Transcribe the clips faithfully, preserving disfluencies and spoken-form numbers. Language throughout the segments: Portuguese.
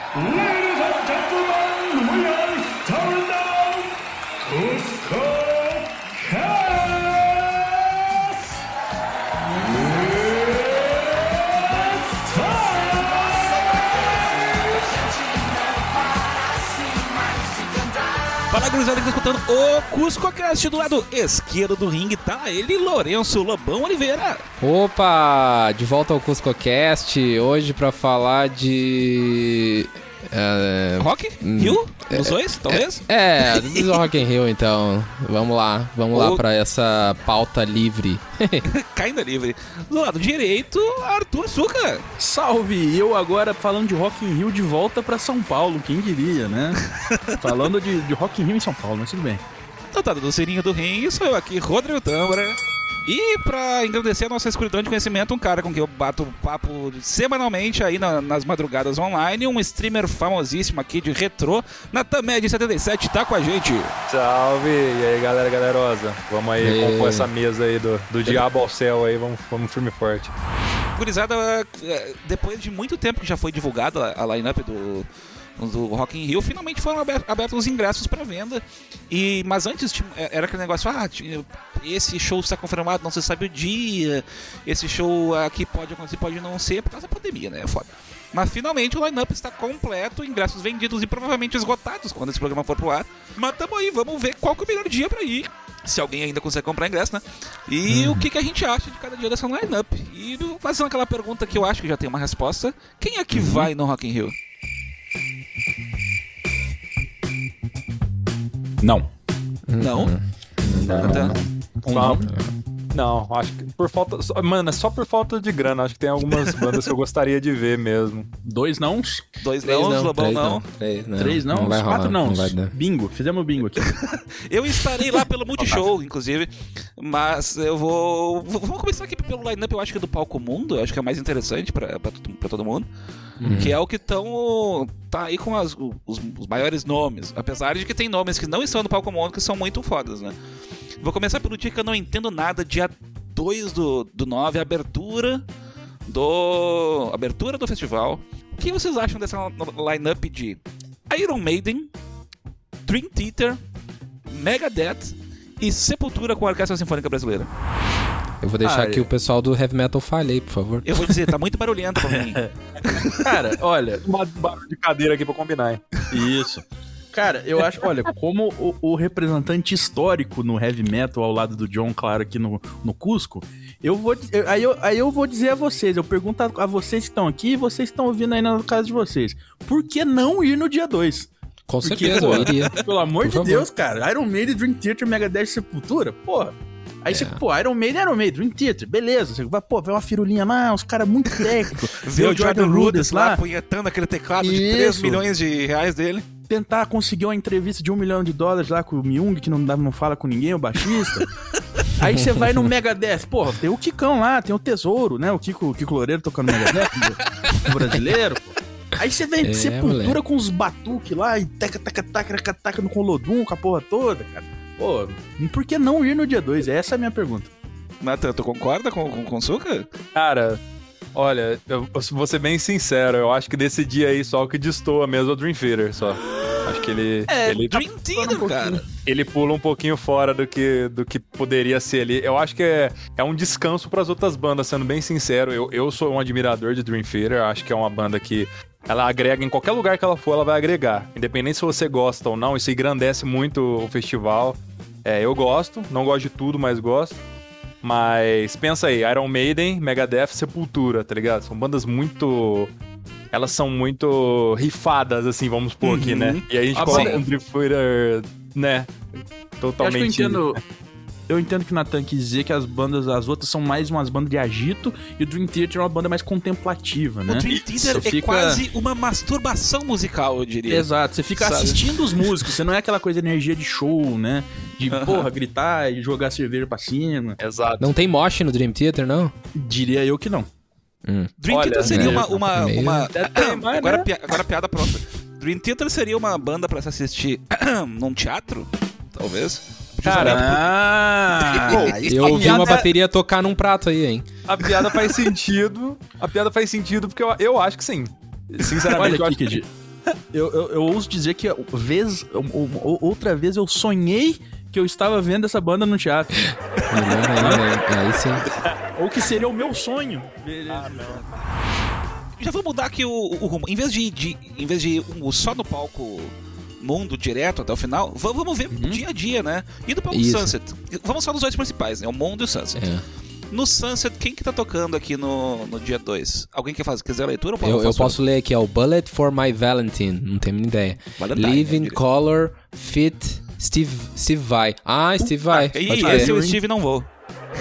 Ladies and gentlemen, we are starting now Cusco Cast! It's time! Fala, gurizada, que tá escutando o CuscoCast. Do lado esquerdo do ringue tá ele, Lourenço Lobão Oliveira. Opa, de volta ao CuscoCast, hoje pra falar de... Uh, Rock? Rio? Os dois, talvez? É, é do Rock in Rio, então. Vamos lá, vamos lá O- pra essa pauta livre. Caindo livre. Do lado direito, Arthur Suca. Salve! Eu agora falando de Rock in Rio de volta pra São Paulo, quem diria, né? Falando de, de Rock in Rio em São Paulo, mas tudo bem. Dotado do Sininho do Ringue, sou eu aqui, Rodrigo Tâmara. E pra engrandecer a nossa escuridão de conhecimento, um cara com quem eu bato papo semanalmente aí na- nas madrugadas online, um streamer famosíssimo aqui de retrô, Natamed setenta e sete, tá com a gente. Salve! E aí, galera galerosa? Vamos aí E aí? compor essa mesa aí do, do diabo ao céu aí, vamos, vamos firme e forte. Gurizada, eh, depois de muito tempo que já foi divulgada a line-up do, do Rock in Rio, finalmente foram aber- abertos os ingressos para venda. E, mas antes tinha- era aquele negócio, ah, tinha- esse show está confirmado, não se sabe o dia, esse show aqui pode acontecer, pode não ser, por causa da pandemia, né? É foda. Mas finalmente o line-up está completo, ingressos vendidos e provavelmente esgotados quando esse programa for pro ar. Mas tamo aí, vamos ver qual que é o melhor dia pra ir. Se alguém ainda consegue comprar ingresso, né? E o que, que a gente acha de cada dia dessa line-up. E fazendo aquela pergunta que eu acho que já tem uma resposta. Quem é que vai no Rock in Rio? Não. Não? Então, Não, não, acho que por falta. só- Mano, é só por falta de grana. Acho que tem algumas bandas que eu gostaria de ver mesmo. Dois não, dois Três não, não, Lobão três não. Três não. três não, vai rolar, quatro não. não vai dar. Bingo, fizemos bingo aqui. Eu estarei lá pelo Multishow, inclusive. Mas eu vou. v- Vamos começar aqui pelo line-up, eu acho que é do Palco Mundo. Eu acho que é mais interessante pra, pra, to- pra todo mundo. Que é o que estão. Tá aí com as- os, os maiores nomes. Apesar de que tem nomes que não estão no Palco Mundo que são muito fodas, né? Vou começar pelo dia que eu não entendo nada, dia dois do, do nove, abertura do. Abertura do festival. O que vocês acham dessa line-up de Iron Maiden, Dream Theater, Megadeth e Sepultura com a Orquestra Sinfônica Brasileira? Eu vou deixar Ah, aqui é. o pessoal do Heavy Metal falha aí, por favor. Eu vou dizer, tá muito barulhento pra mim. Cara, olha, Um barulho de cadeira aqui pra combinar, hein? isso. Cara, eu acho, olha, como o, o representante histórico no heavy metal ao lado do John, claro, aqui no, no Cusco, eu vou, eu- aí, eu, aí eu vou dizer a vocês, eu pergunto a, a vocês que estão aqui e vocês que estão ouvindo aí na casa de vocês, por que não ir no dia dois? Com Porque, certeza, pô, eu iria. Pelo amor Por de favor. Deus, cara, Iron Maiden, Dream Theater, Megadeth, Sepultura, porra. Aí É. você, pô, Iron Maiden, Iron Maiden, Dream Theater, beleza. Você vai, pô, vê uma firulinha lá, os caras muito técnicos. Ver o Jordan Rudess lá, punhetando aquele teclado de três Isso. milhões de reais dele. Tentar conseguir uma entrevista de um milhão de dólares lá com o Myung, que não, dá, não fala com ninguém, o baixista. Aí você vai no Megadeth, porra, tem o Kikão lá, tem o Tesouro, né? O Kiko, o Kiko Loureiro tocando Megadeth, o brasileiro, pô. Aí você vem É, Sepultura moleque. com os batuques lá e taca, taca, taca, taca, taca no Colodum, com a porra toda, cara. Pô, por que não ir no dia dois? Essa é a minha pergunta. Nathan, tu concorda com, com, com o Suca? Cara, olha, eu vou ser bem sincero, eu acho que desse dia aí só o que destoa mesmo é o Dream Theater, só. Acho que ele, É, ele, Dream Theater, cara. ele pula um pouquinho fora do que, do que poderia ser ali. Eu acho que é, é um descanso pras outras bandas, sendo bem sincero. Eu, eu sou um admirador de Dream Theater, acho que é uma banda que ela agrega, em qualquer lugar que ela for, ela vai agregar. Independente se você gosta ou não, isso engrandece muito o festival. É, eu gosto, não gosto de tudo, mas gosto. Mas pensa aí, Iron Maiden, Megadeth, Sepultura, tá ligado? São bandas muito... Elas são muito rifadas, assim, vamos pôr aqui, né? E aí a gente Ah, coloca sim. um Dream Theater, né? Eu acho que Totalmente... eu entendo. Eu entendo que o Nathan quis dizer que as bandas, as outras são mais umas bandas de agito e o Dream Theater é uma banda mais contemplativa, né? O Dream Theater Você é fica- quase uma masturbação musical, eu diria. Exato, você fica Sabe? assistindo os músicos, você não é aquela coisa de energia de show, né? De, porra, gritar e jogar cerveja pra cima. Exato. Não tem mosh no Dream Theater, não? Diria eu que não. Hum. Dream Olha, Theater seria né, uma... uma, meio- uma... Até tem, mas, agora, né? pia- agora a piada pronta. Dream Theater seria uma banda pra se assistir num teatro? Talvez. Cara, Ah, Eu ouvi piada uma é- bateria tocar num prato aí, hein? a piada faz sentido. A piada faz sentido porque eu, eu acho que sim. Sinceramente, olha eu aqui, acho que Kid. eu, eu, eu ouso dizer que vez, outra vez eu sonhei que eu estava vendo essa banda no teatro. Melhor ainda, aí sim. Ou que seria o meu sonho. Ah, não. Já vou mudar aqui o, o rumo. Em vez de, de, em vez de um, só no palco mundo direto até o final, v- vamos ver uhum. dia a dia, né? E do palco Isso. Sunset. Vamos só dos dois principais, né? O mundo e o Sunset. É. No Sunset, quem que tá tocando aqui no, no dia dois? Alguém quer fazer, quiser a leitura? Ou eu eu posso ler aqui, é o Bullet for My Valentine. Não tenho nem ideia. Valentine, Living né, Color, Fit, Steve, Steve Vai. Ah, Steve Vai. Uh, e esse o Steve não vou.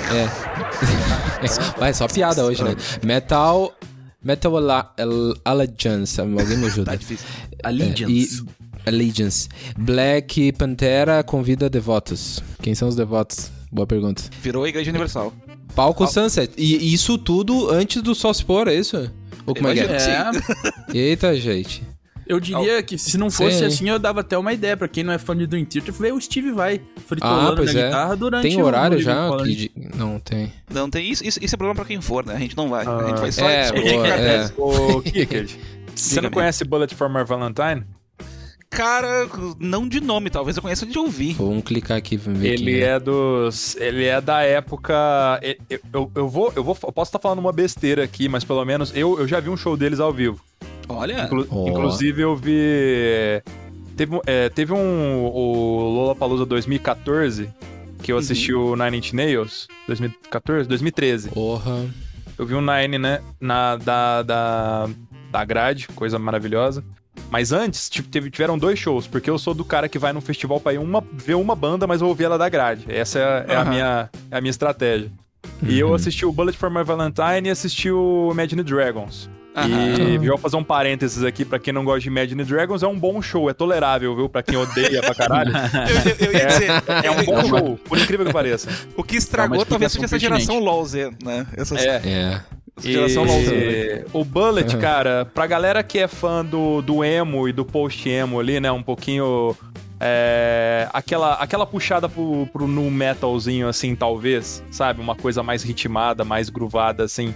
É. Vai, só piada hoje, né? Metal... Metal Allegiance, alguém me ajuda. Tá difícil. Allegiance. É, Allegiance. Black Pantera convida devotos. Quem são os devotos? Boa pergunta. Virou a Igreja Universal. Palco Sunset. E isso tudo antes do sol se pôr, é isso? Ou como é que é? É. Eita, gente. Eu diria que se não fosse Sim. assim, eu dava até uma ideia. Pra quem não é fã de Dream Theater, ver o Steve Vai fritolando ah, pois na é. guitarra durante tem o horário já? Que... Não, tem. Não, tem isso, isso. Isso é problema pra quem for, né? A gente não vai. Ah, a gente vai só... É, boa, é. Ô, Kicked, você não conhece Bullet for My Valentine? Cara, não de nome, talvez eu conheça de ouvir. Vamos clicar aqui pra ver. Ele é. é dos. Ele é da época. Eu, eu, eu, vou, eu, vou, eu posso estar falando uma besteira aqui, mas pelo menos eu, eu já vi um show deles ao vivo. Olha. Inclu- oh. Inclusive eu vi. Teve, é, teve um. O Lollapalooza dois mil e catorze, que eu assisti uhum. o Nine Inch Nails. dois mil e catorze? dois mil e treze. Porra. Eu vi o Nine, né? Na, da, da, da grade, coisa maravilhosa. Mas antes, tipo, teve, tiveram dois shows, porque eu sou do cara que vai num festival pra ir uma, ver uma banda, mas eu ouvi ela da grade. Essa é, é, uhum. a, minha, é a minha estratégia. Uhum. E eu assisti o Bullet for My Valentine e assisti o Imagine Dragons. Uhum. E uhum. vou fazer um parênteses aqui pra quem não gosta de Imagine Dragons, é um bom show, é tolerável, viu? Pra quem odeia pra caralho. eu, eu, eu ia dizer, é, é um bom show, por incrível que pareça. O que estragou talvez seja essa geração LOL Z, né? Essas... É. é. E... O Bullet, cara, pra galera que é fã do, do emo e do post-emo ali, né, um pouquinho... É, aquela, aquela puxada pro, pro nu metalzinho, assim, talvez, sabe? Uma coisa mais ritmada, mais groovada, assim.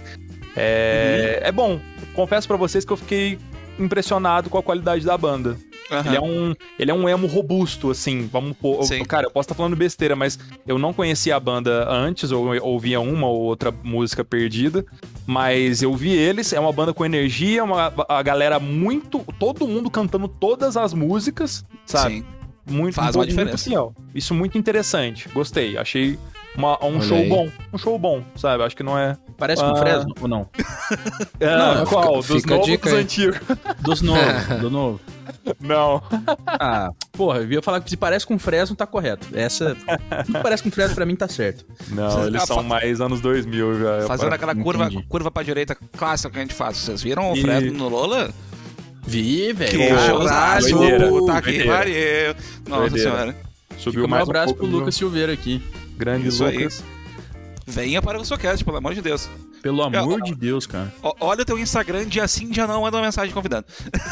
É, uhum. é bom. Confesso pra vocês que eu fiquei impressionado com a qualidade da banda. Uhum. Ele, é um, ele é um emo robusto, assim, vamos pôr... Eu, cara, eu posso estar falando besteira, mas eu não conhecia a banda antes, ou eu ouvia uma ou outra música perdida, mas eu vi eles, é uma banda com energia, uma, a galera muito... Todo mundo cantando todas as músicas, sabe? Sim. Muito, Faz um uma diferença. Muito, isso muito interessante, gostei, achei uma, um Olha show aí. bom, um show bom, sabe? Acho que não é... Parece com o ah... Fresno, ou não? é, não, qual? Fica, dos fica novos ou dos antigos? Dos novos, do novo. Não. Ah, porra, eu ia falar que se parece com o Fresno, tá correto. Essa, não parece com o Fresno, pra mim tá certo. Não, eles ah, são fa... mais anos dois mil já. Fazendo aquela curva, curva pra direita clássica que a gente faz. Vocês viram e... o Fresno no Lola? Vi, velho. Caralho, tá aqui, pariu. Nossa doideira. Senhora. Subiu um mais abraço um pro Lucas Silveira aqui. Grande Isso Lucas. Aí. Venha para o Socast, pelo amor de Deus. Pelo amor de Deus, cara. Olha o teu Instagram, dia sim, dia não, manda uma mensagem convidando.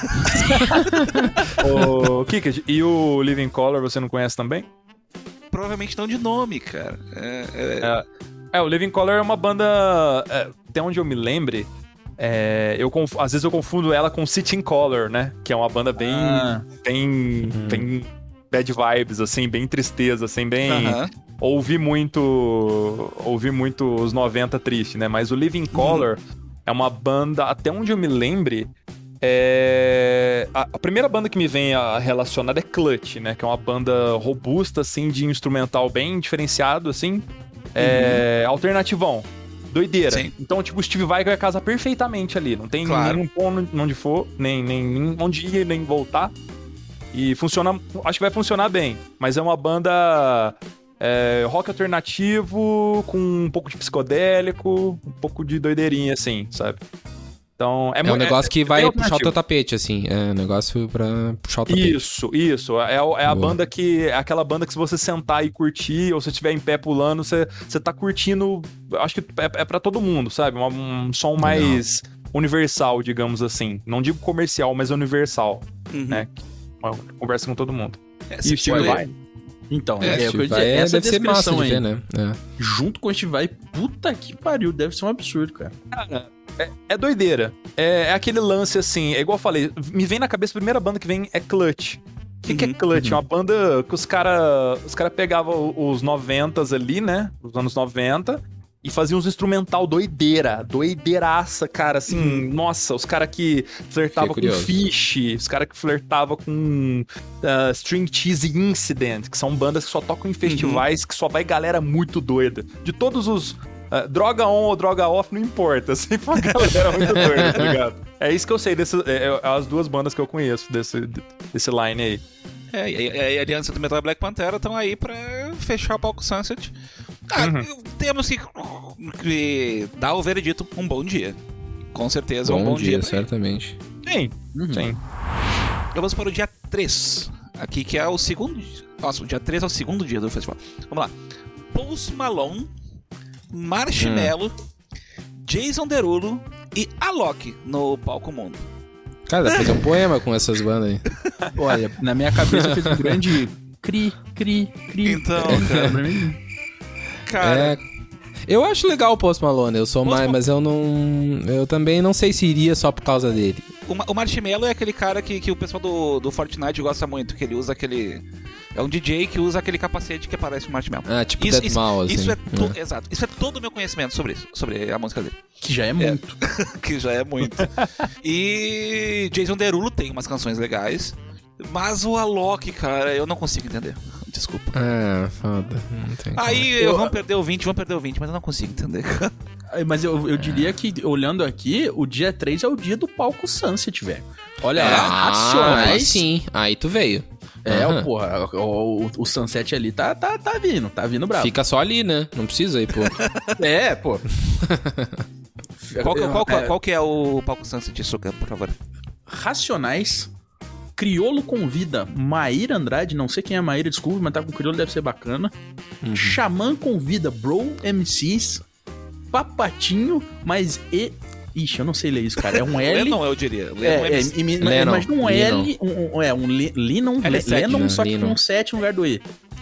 Ô, Kicked, e o Living Color você não conhece também? Provavelmente não de nome, cara. É, é... é, é o Living Color é uma banda, é, até onde eu me lembre, é, eu conf... às vezes eu confundo ela com Sitting Color, né? Que é uma banda bem, ah. bem, uhum. bem bad vibes, assim, bem tristeza, assim, bem... Uhum. Ouvi muito, ouvi muito os noventa triste, né? Mas o Living Color uhum. é uma banda, até onde eu me lembre, é... a, a primeira banda que me vem a relacionada é Clutch, né? Que é uma banda robusta, assim, de instrumental bem diferenciado, assim, é... uhum. alternativão, doideira. Sim. Então, tipo, o Steve Vai vai casar perfeitamente ali, não tem claro. nenhum ponto onde for, nem, nem, nem onde ir, nem voltar. E funciona, acho que vai funcionar bem, mas é uma banda... É, rock alternativo, com um pouco de psicodélico, um pouco de doideirinha, assim, sabe? Então, é, é um negócio é, que vai puxar o teu tapete, assim. É um negócio pra puxar o tapete. Isso, isso. É, é a banda que... É aquela banda que se você sentar e curtir, ou se estiver em pé pulando, você, você tá curtindo... Acho que é, é pra todo mundo, sabe? Um, um som mais Não. universal, digamos assim. Não digo comercial, mas universal, uhum. né? Uma conversa com todo mundo. É, e o Steve Vai... Então, é, é, o que eu dizer, essa deve ser massa de aí, ver, né? É. Junto com o Steve Vai, puta que pariu, deve ser um absurdo, cara. Cara, é, é doideira. É, é aquele lance assim, é igual eu falei, me vem na cabeça, a primeira banda que vem é Clutch. O que, que é Clutch? É uma banda que os caras os cara pegavam os noventas ali, né? Os anos noventa, e faziam uns instrumental doideira, doideiraça, cara, assim, hum. nossa, os caras que flertavam com Fish, os caras que flertavam com uh, String Cheese Incident, que são bandas que só tocam em festivais, uhum. que só vai galera muito doida. De todos os... Uh, droga on ou droga off, não importa, sempre uma galera muito doida, tá ligado? É isso que eu sei, desse, é, é as duas bandas que eu conheço desse, desse line aí. É, e a Aliança do Metal e Black Pantera estão aí pra fechar o palco Sunset. Ah, uhum. Temos que, que dar o veredito um bom dia. Com certeza, bom um bom dia. dia certamente. Sim, uhum. sim. Vamos para o dia três, aqui que é o segundo... Nossa, o dia três é o segundo dia do festival. Vamos lá. Post Malone, Marshmello, hum. Jason Derulo e Alok no palco mundo. Cara, dá pra fazer um poema com essas bandas aí. Olha, na minha cabeça fez um grande cri, cri, cri. Então, cara... cara... É, eu acho legal o Post Malone, eu sou Post mais, Ma... mas eu não... Eu também não sei se iria só por causa dele. O, o Marshmello é aquele cara que, que o pessoal do, do Fortnite gosta muito, que ele usa aquele... É um D J que usa aquele capacete que parece um Marshmello. Ah, tipo isso, Deadmau5, assim. Isso é to... é. Exato. Isso é todo o meu conhecimento sobre isso, sobre a música dele. Que já é muito. É. que já é muito. E Jason Derulo tem umas canções legais, mas o Alok, cara, eu não consigo entender. Desculpa. É, foda. Não tem Aí eu... vamos perder o vinte, vamos perder o vinte, mas eu não consigo entender. Mas eu, eu diria que, olhando aqui, o dia três é o dia do palco Sunset, velho. Olha, é, racionais. Aí sim, aí tu veio. É, uhum. porra, o, o, o Sunset ali tá, tá, tá vindo, tá vindo bravo. Fica só ali, né? Não precisa ir, pô. É, pô. Qual, qual, qual, qual que é o palco Sunset, Suka, por favor? Racionais, Criolo convida Maíra Andrade, não sei quem é a Maíra, desculpa, mas tá com Criolo, deve ser bacana. Uhum. Xamã convida Bro M Cs, Papatinho, mas e... Ixi, eu não sei ler isso, cara. É um L... Lennon, eu diria. Lennon, é, é, imagina um L... Um, é, um Lennon, Lennon só que com um sete no lugar do E.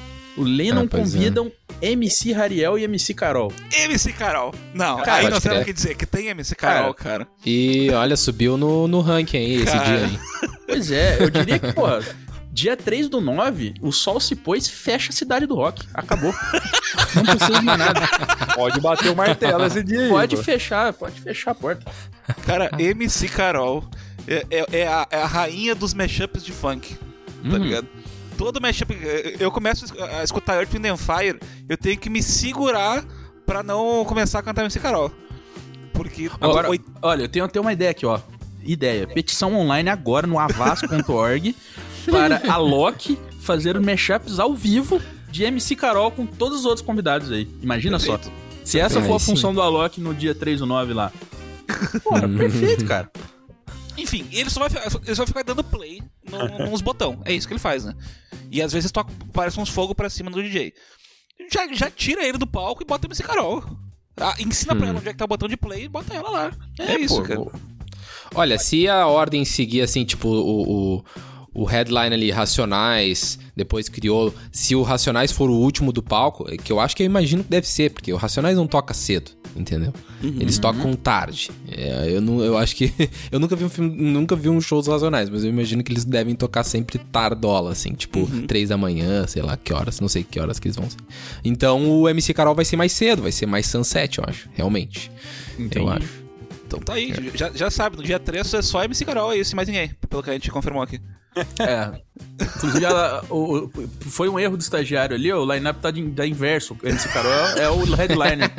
O Lennon ah, convidam é. M C Hariel e M C Carol. M C Carol. Não, cara, aí não sei o que dizer, que tem M C Carol, cara. cara. E olha, subiu no, no ranking aí, cara. Esse dia aí. Pois é, eu diria que, pô... Dia três do nove, o sol se pôs, fecha a cidade do rock. Acabou. Não precisa mais nada. Pode bater o martelo esse dia aí. Pode pô. fechar, pode fechar a porta. Cara, M C Carol é, é, é, a, é a rainha dos mashups de funk, tá uhum. ligado? Todo mashup... Eu começo a escutar Earth, Wind and Fire, eu tenho que me segurar pra não começar a cantar M C Carol. Porque... Agora, oito... olha, eu tenho até uma ideia aqui, ó. Ideia. Petição online agora no avas ponto org para a Alok fazer mashups ao vivo de M C Carol com todos os outros convidados aí. Imagina perfeito. Só. Se essa é, for a sim. função do Alok no dia três do nove lá. Porra, perfeito, cara. Enfim, ele só vai, ele só vai ficar dando play no, nos botões. É isso que ele faz, né? E às vezes toca, parece uns fogos pra cima do D J. Já, já tira ele do palco e bota M C Carol. Ah, ensina hum. pra ela onde é que tá o botão de play e bota ela lá. É, é isso, pô, cara. Pô. Olha, se a ordem seguir assim, tipo, o, o, o headline ali, Racionais, depois Criolo, se o Racionais for o último do palco, que eu acho que eu imagino que deve ser, porque o Racionais não toca cedo, entendeu? Uhum. Eles tocam tarde. É, eu, não, eu acho que... eu nunca vi um filme, nunca vi um show dos Racionais, mas eu imagino que eles devem tocar sempre tardola, assim, tipo, uhum. três da manhã, sei lá que horas, não sei que horas que eles vão ser. Então o M C Carol vai ser mais cedo, vai ser mais sunset, eu acho, realmente. Entendi. Eu acho. Então tá aí, é. já, já sabe, no dia três é só M C Carol, é isso e mais ninguém, pelo que a gente confirmou aqui. É. Inclusive, ela, o, o, foi um erro do estagiário ali, o line-up tá de, da inverso. O M C Carol é o headliner.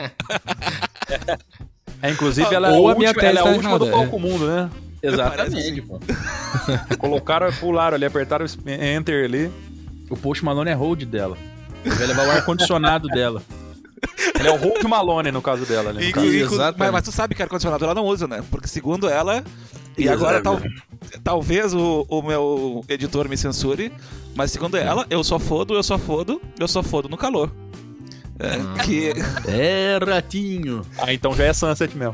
É, inclusive, ela, Ou é, a minha última, ela é a última do palco mundo, né? Exatamente, pô. Colocaram, pularam ali, apertaram o enter ali. O Post Malone é hold dela. Ele vai levar o ar-condicionado dela. Ele é o Hold Malone, no caso dela. Né? E, e, mas, mas tu sabe que ar-condicionado ela não usa, né? Porque segundo ela... E Exato. agora tal, talvez o, o meu editor me censure, mas segundo ela, eu só fodo, eu só fodo, eu só fodo no calor. É, ah. que... é ratinho. Ah, então já é sunset mesmo.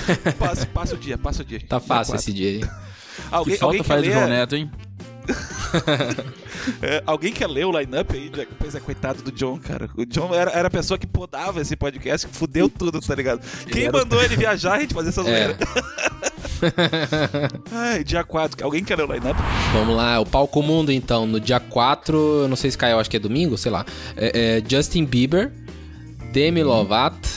passa, passa o dia, passa o dia. Tá fácil esse dia aí. Alguém, que falta alguém faz do João Neto, hein? É, alguém quer ler o line-up aí, Jack? Pois é, coitado do John, cara. O John era, era a pessoa que podava esse podcast, que fudeu tudo, tá ligado? Quem mandou ele viajar, a gente fazer essa zoeira? Ai, dia quatro. Alguém quer ler o line-up? Vamos lá, o Palco Mundo, então. No dia quatro, eu não sei se caiu, acho que é domingo, sei lá. É, é Justin Bieber, Demi Lovato,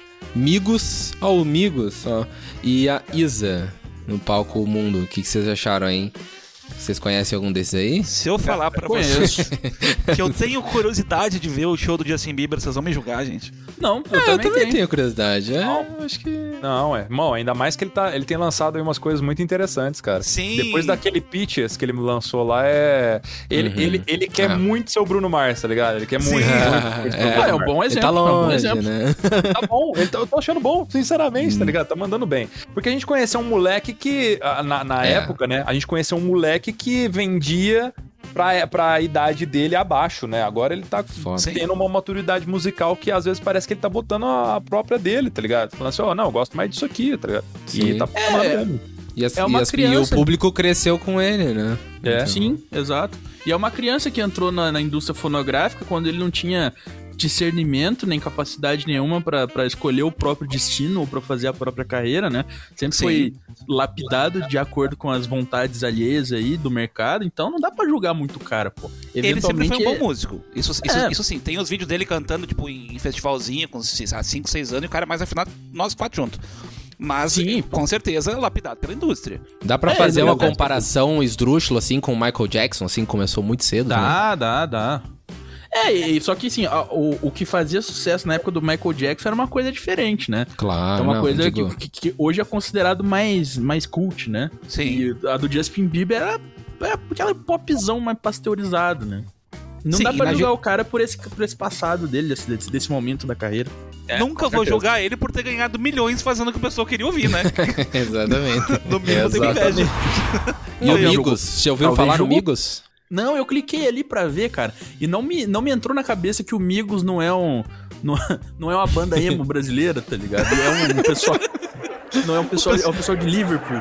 Migos, ó, o Migos, ó, e a Isa no Palco Mundo. O que, que vocês acharam, hein? Vocês conhecem algum desses aí? Se eu falar pra vocês que eu tenho curiosidade de ver o show do Justin Bieber, vocês vão me julgar, gente. Não, eu, Ah, eu também, também tenho. tenho curiosidade. É, Não. acho que... Não, é. Bom, ainda mais que ele, tá, ele tem lançado aí umas coisas muito interessantes, cara. Sim. Depois daquele Peaches que ele lançou lá, é. Ele, Uhum. ele, ele quer Ah. muito ser o Bruno Mars, tá ligado? Ele quer muito. Sim. muito, muito ser o É, Bruno Ah, é um Mars. bom Ele exemplo. tá é um bom longe, exemplo. né? Tá bom, ele tá- eu tô achando bom, sinceramente, tá ligado? Tá mandando bem. Porque a gente conheceu um moleque que, ah, na, na É. época, né? A gente conheceu um moleque que vendia pra, pra idade dele abaixo, né? Agora ele tá Foda. tendo uma maturidade musical que às vezes parece que ele tá botando a própria dele, tá ligado? Falando assim, ó, não, eu gosto mais disso aqui, tá ligado? Sim. E tá É. mandando. E, as- É uma e as- e criança. o público cresceu com ele, né? É. Sim, exato. E é uma criança que entrou na, na indústria fonográfica quando ele não tinha discernimento nem capacidade nenhuma pra pra escolher o próprio destino ou pra fazer a própria carreira, né? Sempre Sim. foi lapidado de acordo com as vontades alheias aí do mercado, então não dá pra julgar muito o cara, pô. Ele sempre foi um bom é- músico. Isso, isso, É. isso sim, tem os vídeos dele cantando, tipo, em festivalzinho com cinco, seis anos e o cara é mais afinado, nós quatro juntos. Mas, Sim, com certeza, lapidado pela indústria. Dá pra É, fazer é uma verdade. comparação esdrúxula, assim, com o Michael Jackson, assim, começou muito cedo, né? Dá, dá, dá. É, e- só que assim, a- o, o que fazia sucesso na época do Michael Jackson era uma coisa diferente, né? Claro, é uma não, coisa digo- que, que- que hoje é considerado mais, mais cult, né? Sim. E a do Justin Bieber era, era aquela popzão mais pasteurizado, né? Não Sim, dá pra imagina- julgar o cara por esse, por esse passado dele, desse, desse, desse momento da carreira. É, Nunca com vou certeza. julgar ele por ter ganhado milhões fazendo o que o pessoal queria ouvir, né? Exatamente. No mínimo teve inveja. E o Alguém Migos? jogou- Você ouviu Alguém falar no jogou? Migos? Não, eu cliquei ali pra ver, cara, e não me, não me entrou na cabeça que o Migos não é um. Não, não é uma banda emo brasileira, tá ligado? É um, um pessoal. Não é um pessoal, é um pessoal de Liverpool.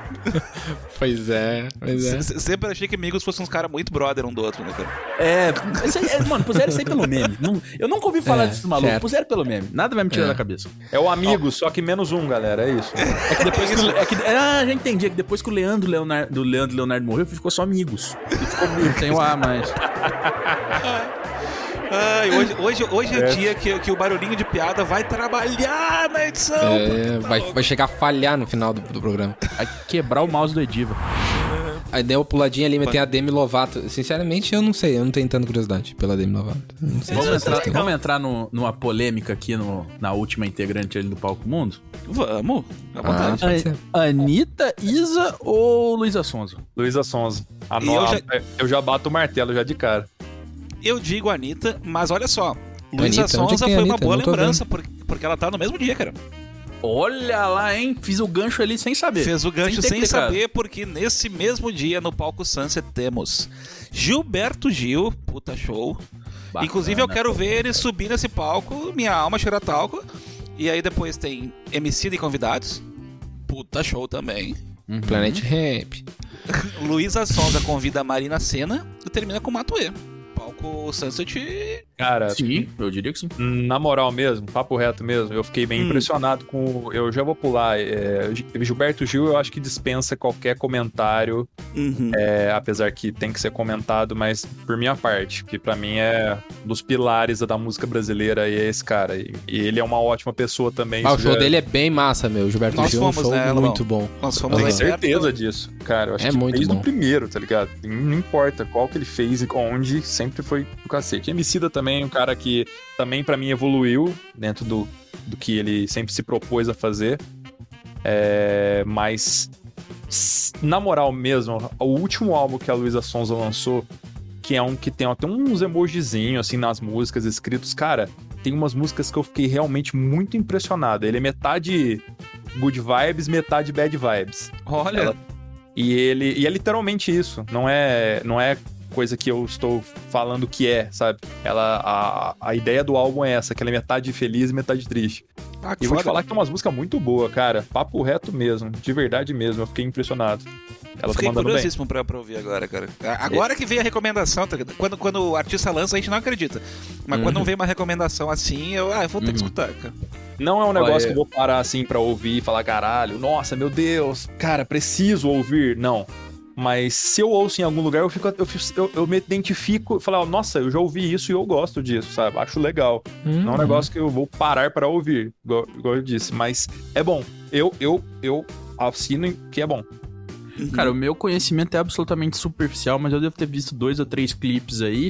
Pois é, pois é. Se- Sempre achei que amigos fossem uns caras muito brother um do outro, né, cara? É, isso aí- é, mano, puseram isso aí pelo meme. Não- eu nunca ouvi falar É, desses malucos, certo. puseram pelo meme. Nada vai me tirar É. da cabeça. É o amigo, só que menos um, galera, é isso. É que depois que, o- é que, ah, já entendi, é que depois que o Leandro Leonardo, do Leandro Leonardo morreu, ficou só amigos. Ele ficou amigo, sem o A mais. Ai, hoje, hoje, hoje é o dia que, que o barulhinho de piada vai trabalhar na edição. É, vai, vai chegar a falhar no final do, do programa. Vai quebrar o mouse do Ediva. Aí deu uma puladinha ali, mas tem a Demi Lovato. Sinceramente, eu não sei, eu não tenho tanta curiosidade pela Demi Lovato. Não sei Vamos se entrar, vocês têm. vamos entrar no- numa polêmica aqui no, na última integrante ali do Palco Mundo? Vamos, à Ah, vontade. pode ser. Anitta, Isa ou Luísa Sonza? Luísa Sonza. A E no- eu já- a- eu já bato o martelo já de cara. Eu digo Anitta, mas olha só. Luísa Anitta, onde Sonza tem foi uma Anitta? boa Não tô lembrança, porque, porque ela tá no mesmo dia, cara. Olha lá, hein? Fiz o gancho ali sem saber. Fez o gancho ter sem clicado. saber, porque nesse mesmo dia, no palco Sunset, temos Gilberto Gil, puta show. Bacana. Inclusive, eu quero ver ele subir nesse palco, minha alma cheira talco. E aí depois tem Emicida e convidados. Puta show também. Planet Ramp. Luísa Sonza convida a Marina Senna e termina com Matuê. Palco Sunset. Cara, Sim, eu diria que sim. na moral mesmo, papo reto mesmo, eu fiquei bem Hum. impressionado com. o- Eu já vou pular. é, Gilberto Gil, eu acho que dispensa qualquer comentário, Uhum. é, apesar que tem que ser comentado, mas por minha parte, que pra mim é um dos pilares da música brasileira e é esse cara. E, e ele é uma ótima pessoa também. Ah, o isso show já- dele é bem massa, meu. O Gilberto Nós Gil é um fomos, show né, muito Lobão? bom. Nós Eu fomos tenho lá certeza perto. disso, cara. Eu acho É que muito desde bom. o primeiro, tá ligado? Não importa qual que ele fez e onde, sempre foi do cacete. Emicida também, um cara que também pra mim evoluiu dentro do, do que ele sempre se propôs a fazer. É, mas, s- na moral mesmo, o último álbum que a Luísa Sonza lançou, que é um que tem até uns emojizinhos assim nas músicas escritos, cara, tem umas músicas que eu fiquei realmente muito impressionado. Ele é metade good vibes, metade bad vibes. Olha, Ela- E ele e é literalmente isso. Não é, não é coisa que eu estou falando que é, sabe? Ela, a, a ideia do álbum é essa, que ela é metade feliz e metade triste. Ah, que E eu vou te foda. falar que tem umas músicas muito boas, cara. Papo reto mesmo, de verdade mesmo. Eu fiquei impressionado. Ela Fiquei tá mandando bem. curiosíssimo pra, pra ouvir agora, cara. Agora que vem a recomendação, tá ligado? quando, quando o artista lança, a gente não acredita. Mas Uhum. quando vem uma recomendação assim, eu, ah, eu vou ter que escutar, cara. Não é um negócio Olha- que eu vou parar assim pra ouvir e falar, caralho, nossa, meu Deus, cara, preciso ouvir. Não. Mas se eu ouço em algum lugar, eu, fico, eu, fico- eu, eu me identifico e falo, nossa, eu já ouvi isso e eu gosto disso, sabe? Acho legal. Não é um negócio que eu vou parar pra ouvir, igual, igual eu disse. Mas é bom. Eu, eu, eu assino que é bom. Cara, o meu conhecimento é absolutamente superficial, mas eu devo ter visto dois ou três clipes aí.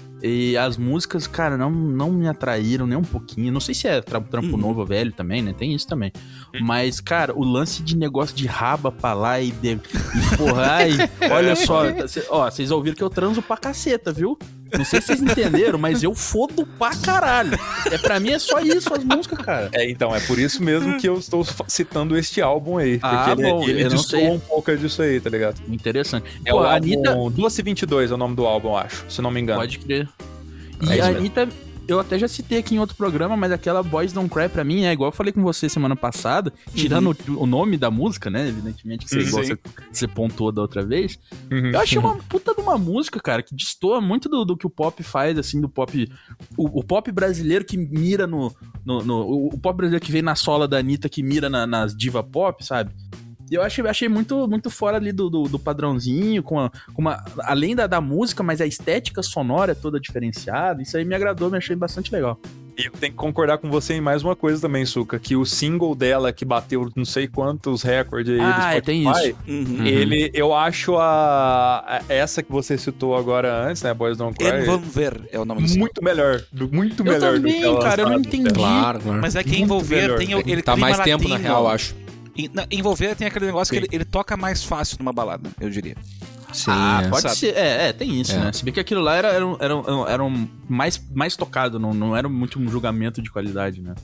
E as músicas, cara, não, não me atraíram nem um pouquinho. Não sei se é tra- trampo Uhum. novo ou velho também, né? Tem isso também. Mas, cara, o lance de negócio de raba pra lá e, de, e porra, ai, olha só. cê- ó, vocês ouviram que eu transo pra caceta, viu? Não sei se vocês entenderam, mas eu fodo pra caralho. É, pra mim é só isso as músicas, cara. É, então, é por isso mesmo que eu estou fa- citando este álbum aí. Porque Ah, ele, bom, ele eu não destoa sei. um pouco disso aí, tá ligado? Interessante. É Pô, o a álbum Anitta... Doce vinte e dois é o nome do álbum, eu acho, se não me engano. Pode crer. É E isso a mesmo. Anitta, eu até já citei aqui em outro programa, mas aquela Boys Don't Cry pra mim é igual eu falei com você semana passada, tirando o, o nome da música, né? Evidentemente que você, Uhum. igual Sim. você, você pontuou da outra vez. Uhum. Eu achei uma puta de uma música, cara, que destoa muito do, do que o pop faz, assim, do pop. O, o pop brasileiro que mira no. no, no- o, o pop brasileiro que vem na sola da Anitta, que mira na- nas diva pop, sabe? E eu achei, achei muito, muito fora ali do, do, do padrãozinho, com, a, com uma. Além da, da música, mas a estética sonora é toda diferenciada. Isso aí me agradou, me achei bastante legal. E eu tenho que concordar com você em mais uma coisa também, Suca, que o single dela, que bateu não sei quantos recordes aí Ah, do é, Spotify, tem isso. Uhum. ele, eu acho a, a- essa que você citou agora antes, né, Boys Don't Cry, Envolver é o nome do single. muito melhor, do- muito Eu melhor também, do que ela cara, eu não lançada. entendi. Claro, claro. Mas é que Muito Envolver melhor. tem o, ele Tá tem mais uma tempo, na latinha, real, ó. acho. E, não, Envolver tem aquele negócio Sim. que ele, ele toca mais fácil numa balada, eu diria. Sim, Ah, é. pode sabe? ser. É, é, tem isso, É. né? Se bem que aquilo lá era, era, um- era, um- era um mais, mais tocado, não, não era muito um julgamento de qualidade, né?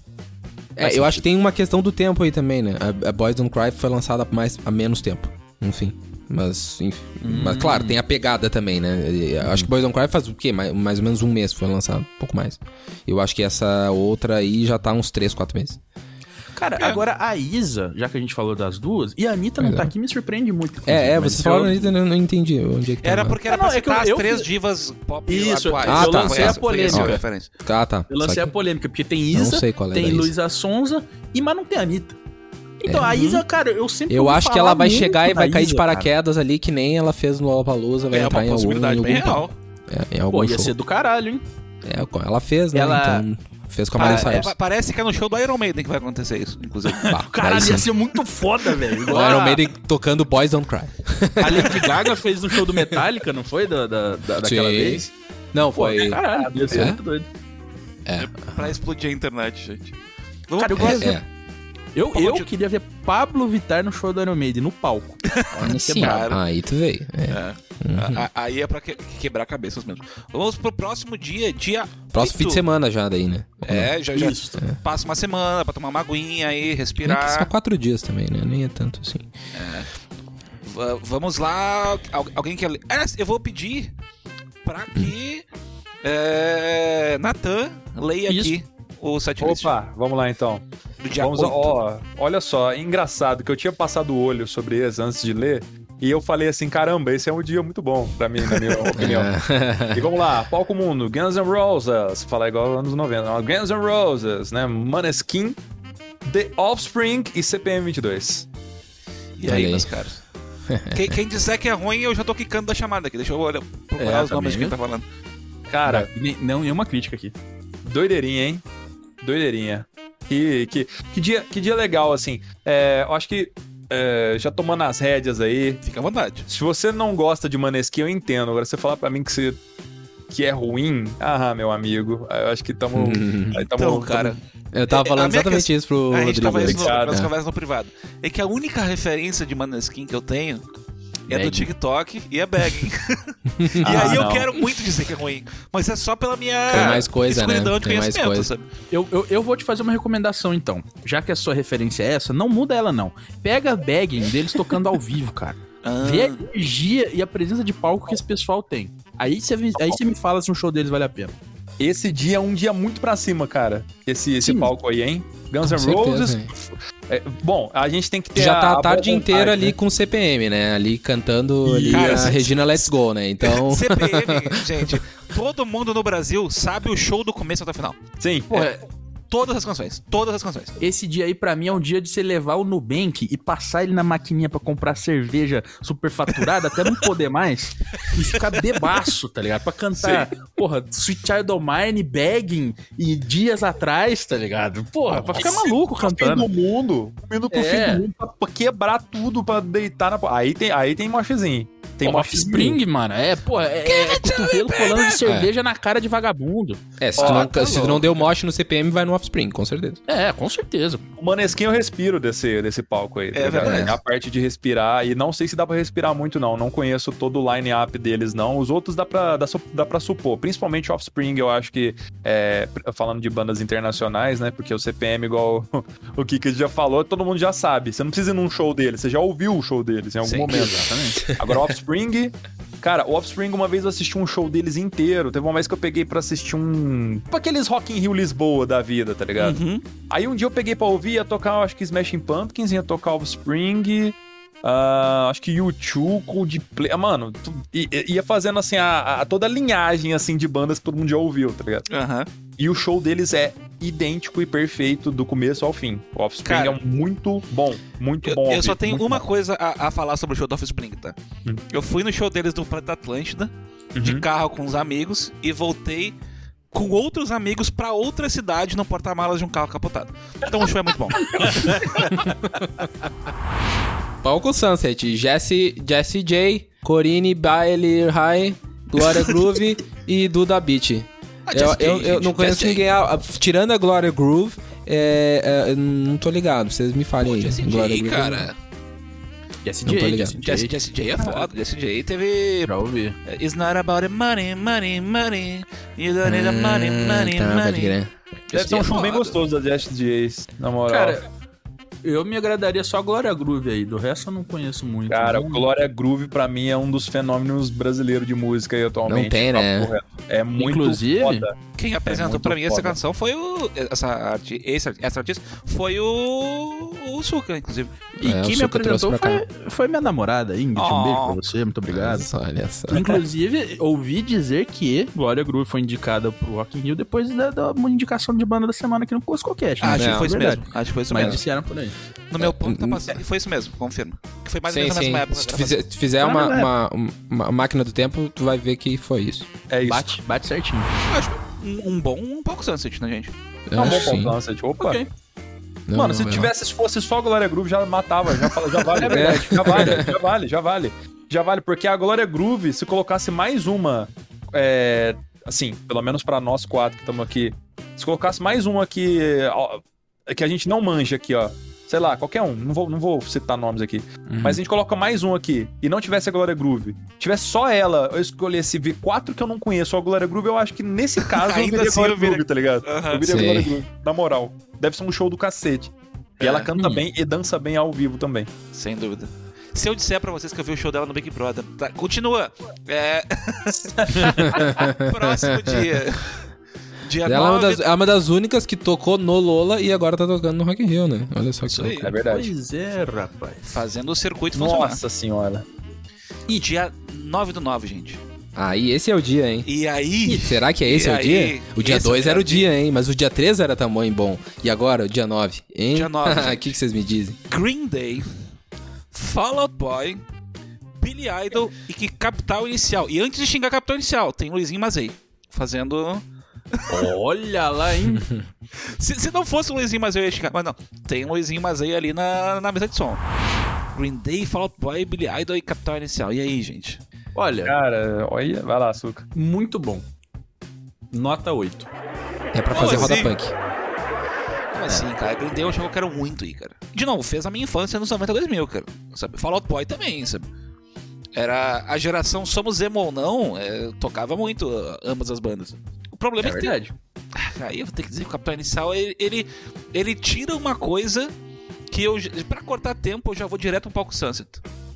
É, eu acho que tem uma questão do tempo aí também, né? A, a Boys Don't Cry foi lançada há mais, há menos tempo, enfim. Mas, enfim. Mas, claro, tem a pegada também, né? Eu acho que Boys Don't Cry faz o quê? Mais, mais ou menos um mês foi lançado, um pouco mais. Eu acho que essa outra aí já tá uns três, quatro meses. Cara, É. agora a Isa, já que a gente falou das duas, e a Anitta não Pois tá é. aqui, me surpreende muito. É, é, mas vocês eu- falaram ali, eu não entendi onde é que tá. Era porque era Ah, não, pra é que eu- citar as eu três fiz- divas pop Isso, atuais. eu Foi lancei essa- a foi essa polêmica. referência. Ah, tá. Eu lancei Saquei. a polêmica, porque tem Não Isa, sei qual é tem da Isa. Luísa Sonza, e mas não tem a Anitta. Então, É. a Isa, cara, eu sempre Eu ouvi acho que falar ela vai muito chegar e da vai cair de Isa, cara. paraquedas ali, que nem ela fez no Lollapalooza, vai É entrar uma em algum, possibilidade em bem algum real. É, em algum Pô, ia show. ser do caralho, hein? É, ela fez, né? Ela- Então, fez com a Miley Pa- é, Cyrus. pa- parece que é no show do Iron Maiden que vai acontecer isso, inclusive. Bah, Caralho, daí ia sim. ser muito foda, velho. O Igual a- Iron Maiden tocando Boys Don't Cry. A Lady Gaga fez no show do Metallica, não foi? Da, da, da- daquela Sim. vez? Não, Pô, foi... caralho, ia ser É? muito doido. Pra explodir a internet, gente. Vamos Cara, eu pro queria próximo. ver- É, Eu, Vamos eu de- queria ver Pablo Vittar no show do Iron Maiden, no palco. é. Sim, brabo. aí tu veio. É. É. A- a- Aí é pra que- quebrar cabeças mesmo. Vamos pro próximo dia, dia Próximo fim de oito. semana já daí, né? É, já, já Isso. passa uma semana pra tomar uma aguinha aí, Nem que São respirar. quatro dias também, né? Nem é tanto assim. Va- Vamos lá. Al- alguém quer ler? Ah, eu vou pedir pra que é, Natan leia Isso. aqui o setlist Opa, vamos lá então. do dia Vamos, oito. ó, olha só, é engraçado que eu tinha passado o olho sobre eles antes de ler, e eu falei assim, caramba, esse é um dia muito bom pra mim, na minha opinião. E vamos lá, Palco Mundo, Guns N' Roses, falar igual anos noventa, ó, Guns N' Roses, né, Maneskin, The Offspring e C P M vinte e dois. E aí, Olha aí. meus caros? quem, quem disser que é ruim, eu já tô quicando da chamada aqui. Deixa eu olhar, procurar É, os nomes de também. quem tá falando. Cara, Não, nem- não, nenhuma crítica aqui. doideirinha, hein? Doideirinha. Que, que, que, dia, que dia legal, assim. É, eu acho que, é, já tomando as rédeas aí, Fica à vontade. se você não gosta de Maneskin, eu entendo. Agora, você falar pra mim que, você, que é ruim, ah, meu amigo, eu acho que estamos... Então, cara, Eu tava É, a falando minha exatamente questão- isso pro a gente Rodrigo. tava isso no, Obrigado. nas É. conversas no privado. É que a única referência de Maneskin que eu tenho é do Bagging. TikTok e é bagging. e Ah, aí eu não. quero muito dizer que é ruim. Mas é só pela minha Tem mais coisa, né? escuridão de Tem mais conhecimento, coisa. sabe? Eu, eu, eu vou te fazer uma recomendação, então. Já que a sua referência é essa, não muda ela, não. Pega a bagging deles tocando ao vivo, cara. Ah. Vê a energia e a presença de palco que esse pessoal tem. Aí você aí você me fala se um show deles vale a pena. Esse dia é um dia muito pra cima, cara. Esse, esse palco aí, hein? Guns N' Roses. É, bom, a gente tem que ter. Já tá a, a tarde inteira vontade, ali né? com C P M, né? Ali cantando ali Cara, a cê- Regina Let's Go, né? Então. C P M, gente, todo mundo no Brasil sabe o show do começo até o final. Sim. Pô, É, todas as canções, todas as canções. esse dia aí pra mim é um dia de você levar o Nubank e passar ele na maquininha pra comprar cerveja superfaturada até não poder mais e ficar bebaço, tá ligado? Pra cantar, porra, Sweet Child O' Mine, Begging e Dias Atrás, tá ligado? Porra, pra ficar maluco cantando. Fim do mundo. Indo pro É. fim do mundo pra, pra quebrar tudo, pra deitar na. Aí tem, aí tem mochezinho. Tem Pô, mochezinho. Offspring, mano, é, pô, é, é cotovelo colando de cerveja na cara de vagabundo. É, se, Ó, tu, não, tá se tu não deu moche no C P M, vai no Offspring, com certeza. É, com certeza. O Maneskin eu respiro desse, desse palco aí. Tá É ligado? verdade. A parte de respirar. E não sei se dá pra respirar muito, não. Não conheço todo o line-up deles, não. Os outros dá pra, dá, su- dá pra supor. Principalmente Offspring, eu acho que. É, falando de bandas internacionais, né? Porque o C P M, igual o Kiki já falou, todo mundo já sabe. Você não precisa ir num show deles. Você já ouviu o show deles em algum Sim, momento. exatamente. Agora, Offspring. Cara, o Offspring, uma vez eu assisti um show deles inteiro. Teve uma vez que eu peguei pra assistir um. Tipo aqueles Rock in Rio Lisboa da vida, tá ligado? Uhum. Aí um dia eu peguei pra ouvir, ia tocar, acho que Smashing Pumpkins, ia tocar Offspring, ah, acho que U dois, Coldplay. Ah, mano, tu- i- i- ia fazendo assim a, a- toda a linhagem assim de bandas que todo mundo já ouviu, tá ligado? Aham. E o show deles é idêntico e perfeito do começo ao fim. O Offspring Cara, é um muito bom, muito Eu, bom. ao eu só vivo, tenho muito uma bom. coisa a, a falar sobre o show do Offspring, tá? Hum. Eu fui no show deles do Planeta Atlântida, de Uhum. carro com os amigos, e voltei com outros amigos pra outra cidade no porta-malas de um carro capotado. Então o show é muito bom. Palco Sunset, Jesse, Jesse J, Corinne Bailey High, Glória Groove e Duda Beat. Ah, Eu, Jesse J, eu, eu gente, não conheço Jesse J. ninguém. ah, Tirando a Glória Groove, é, é, eu não tô ligado. Vocês me falem Pô, aí. Jesse Glória J, Groove. cara. Jesse Não tô J, ligado. Jesse Jesse, J. Jesse J é foda. Jesse J teve... Já ouvi. It's not about the money, money, money. You don't need the Ah, money, money, tá, pode money. crer. Deve ser um é show bem foda. gostoso da Jazz Jays, na moral. Cara, eu me agradaria só a Glória Groove aí, do resto eu não conheço muito. Cara, Não- o Glória Groove pra mim é um dos fenômenos brasileiros de música aí atualmente. Não tem, né? Papo reto. É muito Inclusive, foda. Quem apresentou muito pra mim essa foda. canção foi o... Essa, arti, esse, essa artista foi o... O Suka, inclusive. E É, o quem me Suca apresentou trouxe pra foi, foi minha namorada, Ingrid. Um Oh. beijo pra você, muito obrigado. Nossa, olha só. Inclusive, ouvi dizer que Glória Groove foi indicada pro Rock in Rio depois da, da uma indicação de banda da semana aqui no Coscoquete. Ah, acho Não, que foi isso verdade. mesmo. Acho que foi isso Mas mesmo. disseram por aí. No meu ponto tá passando. Foi isso mesmo, confirma. Que foi mais ou Sim, menos na sim. mesma época. Se tu da fizer, se fizer Foi na uma, mesma uma, uma máquina do tempo, tu vai ver que foi isso. É isso. Bate, bate certinho. gravação. Acho um, um bom um pouco Sunset, né, gente? É um bom Acho sim. ponto, Sunset. Opa. Ok. Não, Mano, não, se vai lá. tivesse, se fosse só Glória Groove, já matava, já, fala, já vale, é verdade, já vale, já vale, já vale. Já vale, porque a Glória Groove, se colocasse mais uma, é, assim, pelo menos pra nós quatro que estamos aqui, se colocasse mais uma que, ó, que a gente não manja aqui, ó, sei lá, qualquer um, não vou, não vou citar nomes aqui, Uhum. mas a gente coloca mais um aqui e não tivesse a Glória Groove, tivesse só ela, eu escolhesse ver quatro que eu não conheço a Glória Groove, eu acho que nesse caso eu Ainda viria a assim Glória eu viria- Groove, tá ligado? Aham. Eu viria a Sei. Glória Groove, na moral. Deve ser um show do cacete. E ela canta Hum. bem e dança bem ao vivo também. Sem dúvida. Se eu disser pra vocês que eu vi o show dela no Big Brother, tá, continua. É... Próximo dia. Dia Ela é uma, nove... das, é uma das únicas que tocou no Lola e agora tá tocando no Rock in Rio, né? Olha só que Isso aí. louco. É verdade. Pois é, rapaz. Fazendo o circuito funcionar. Nossa senhora. E dia nove do nove, gente. Aí, esse é o dia, hein? E aí... Será que é esse E é o aí, dia? O dia esse dois é era o o dia, hein? Mas o dia três era tamanho bom. E agora, o dia nove, hein? Dia nove, O gente. que, que vocês me dizem? Green Day, Fall Out Boy, Billy Idol e que Capital Inicial. E antes de xingar Capital Inicial, tem Luizinho Mazei fazendo... Olha lá, hein? Se, se não fosse o Luizinho Mazei, eu ia xingar. Mas não, tem o Luizinho Mazei ali na, na mesa de som. Green Day, Fall Out Boy, Billy Idol e Capital Inicial. E aí, gente? Olha, Cara, olha, vai lá, Açúcar. muito bom. Nota oito. É pra fazer Ô, roda sim. punk. Como assim, cara? Green Day eu acho que eu quero muito ir, cara. De novo, fez a minha infância nos noventa dois mil, cara. Sabe? Fall Out Boy também, sabe? Era a geração Somos Emo ou Não, é, tocava muito uh, ambas as bandas. O problema é, É que verdade. tem... Aí eu vou ter que dizer que o Capital Inicial, ele, ele, ele tira uma coisa que eu, pra cortar tempo, eu já vou direto pro palco Sunset.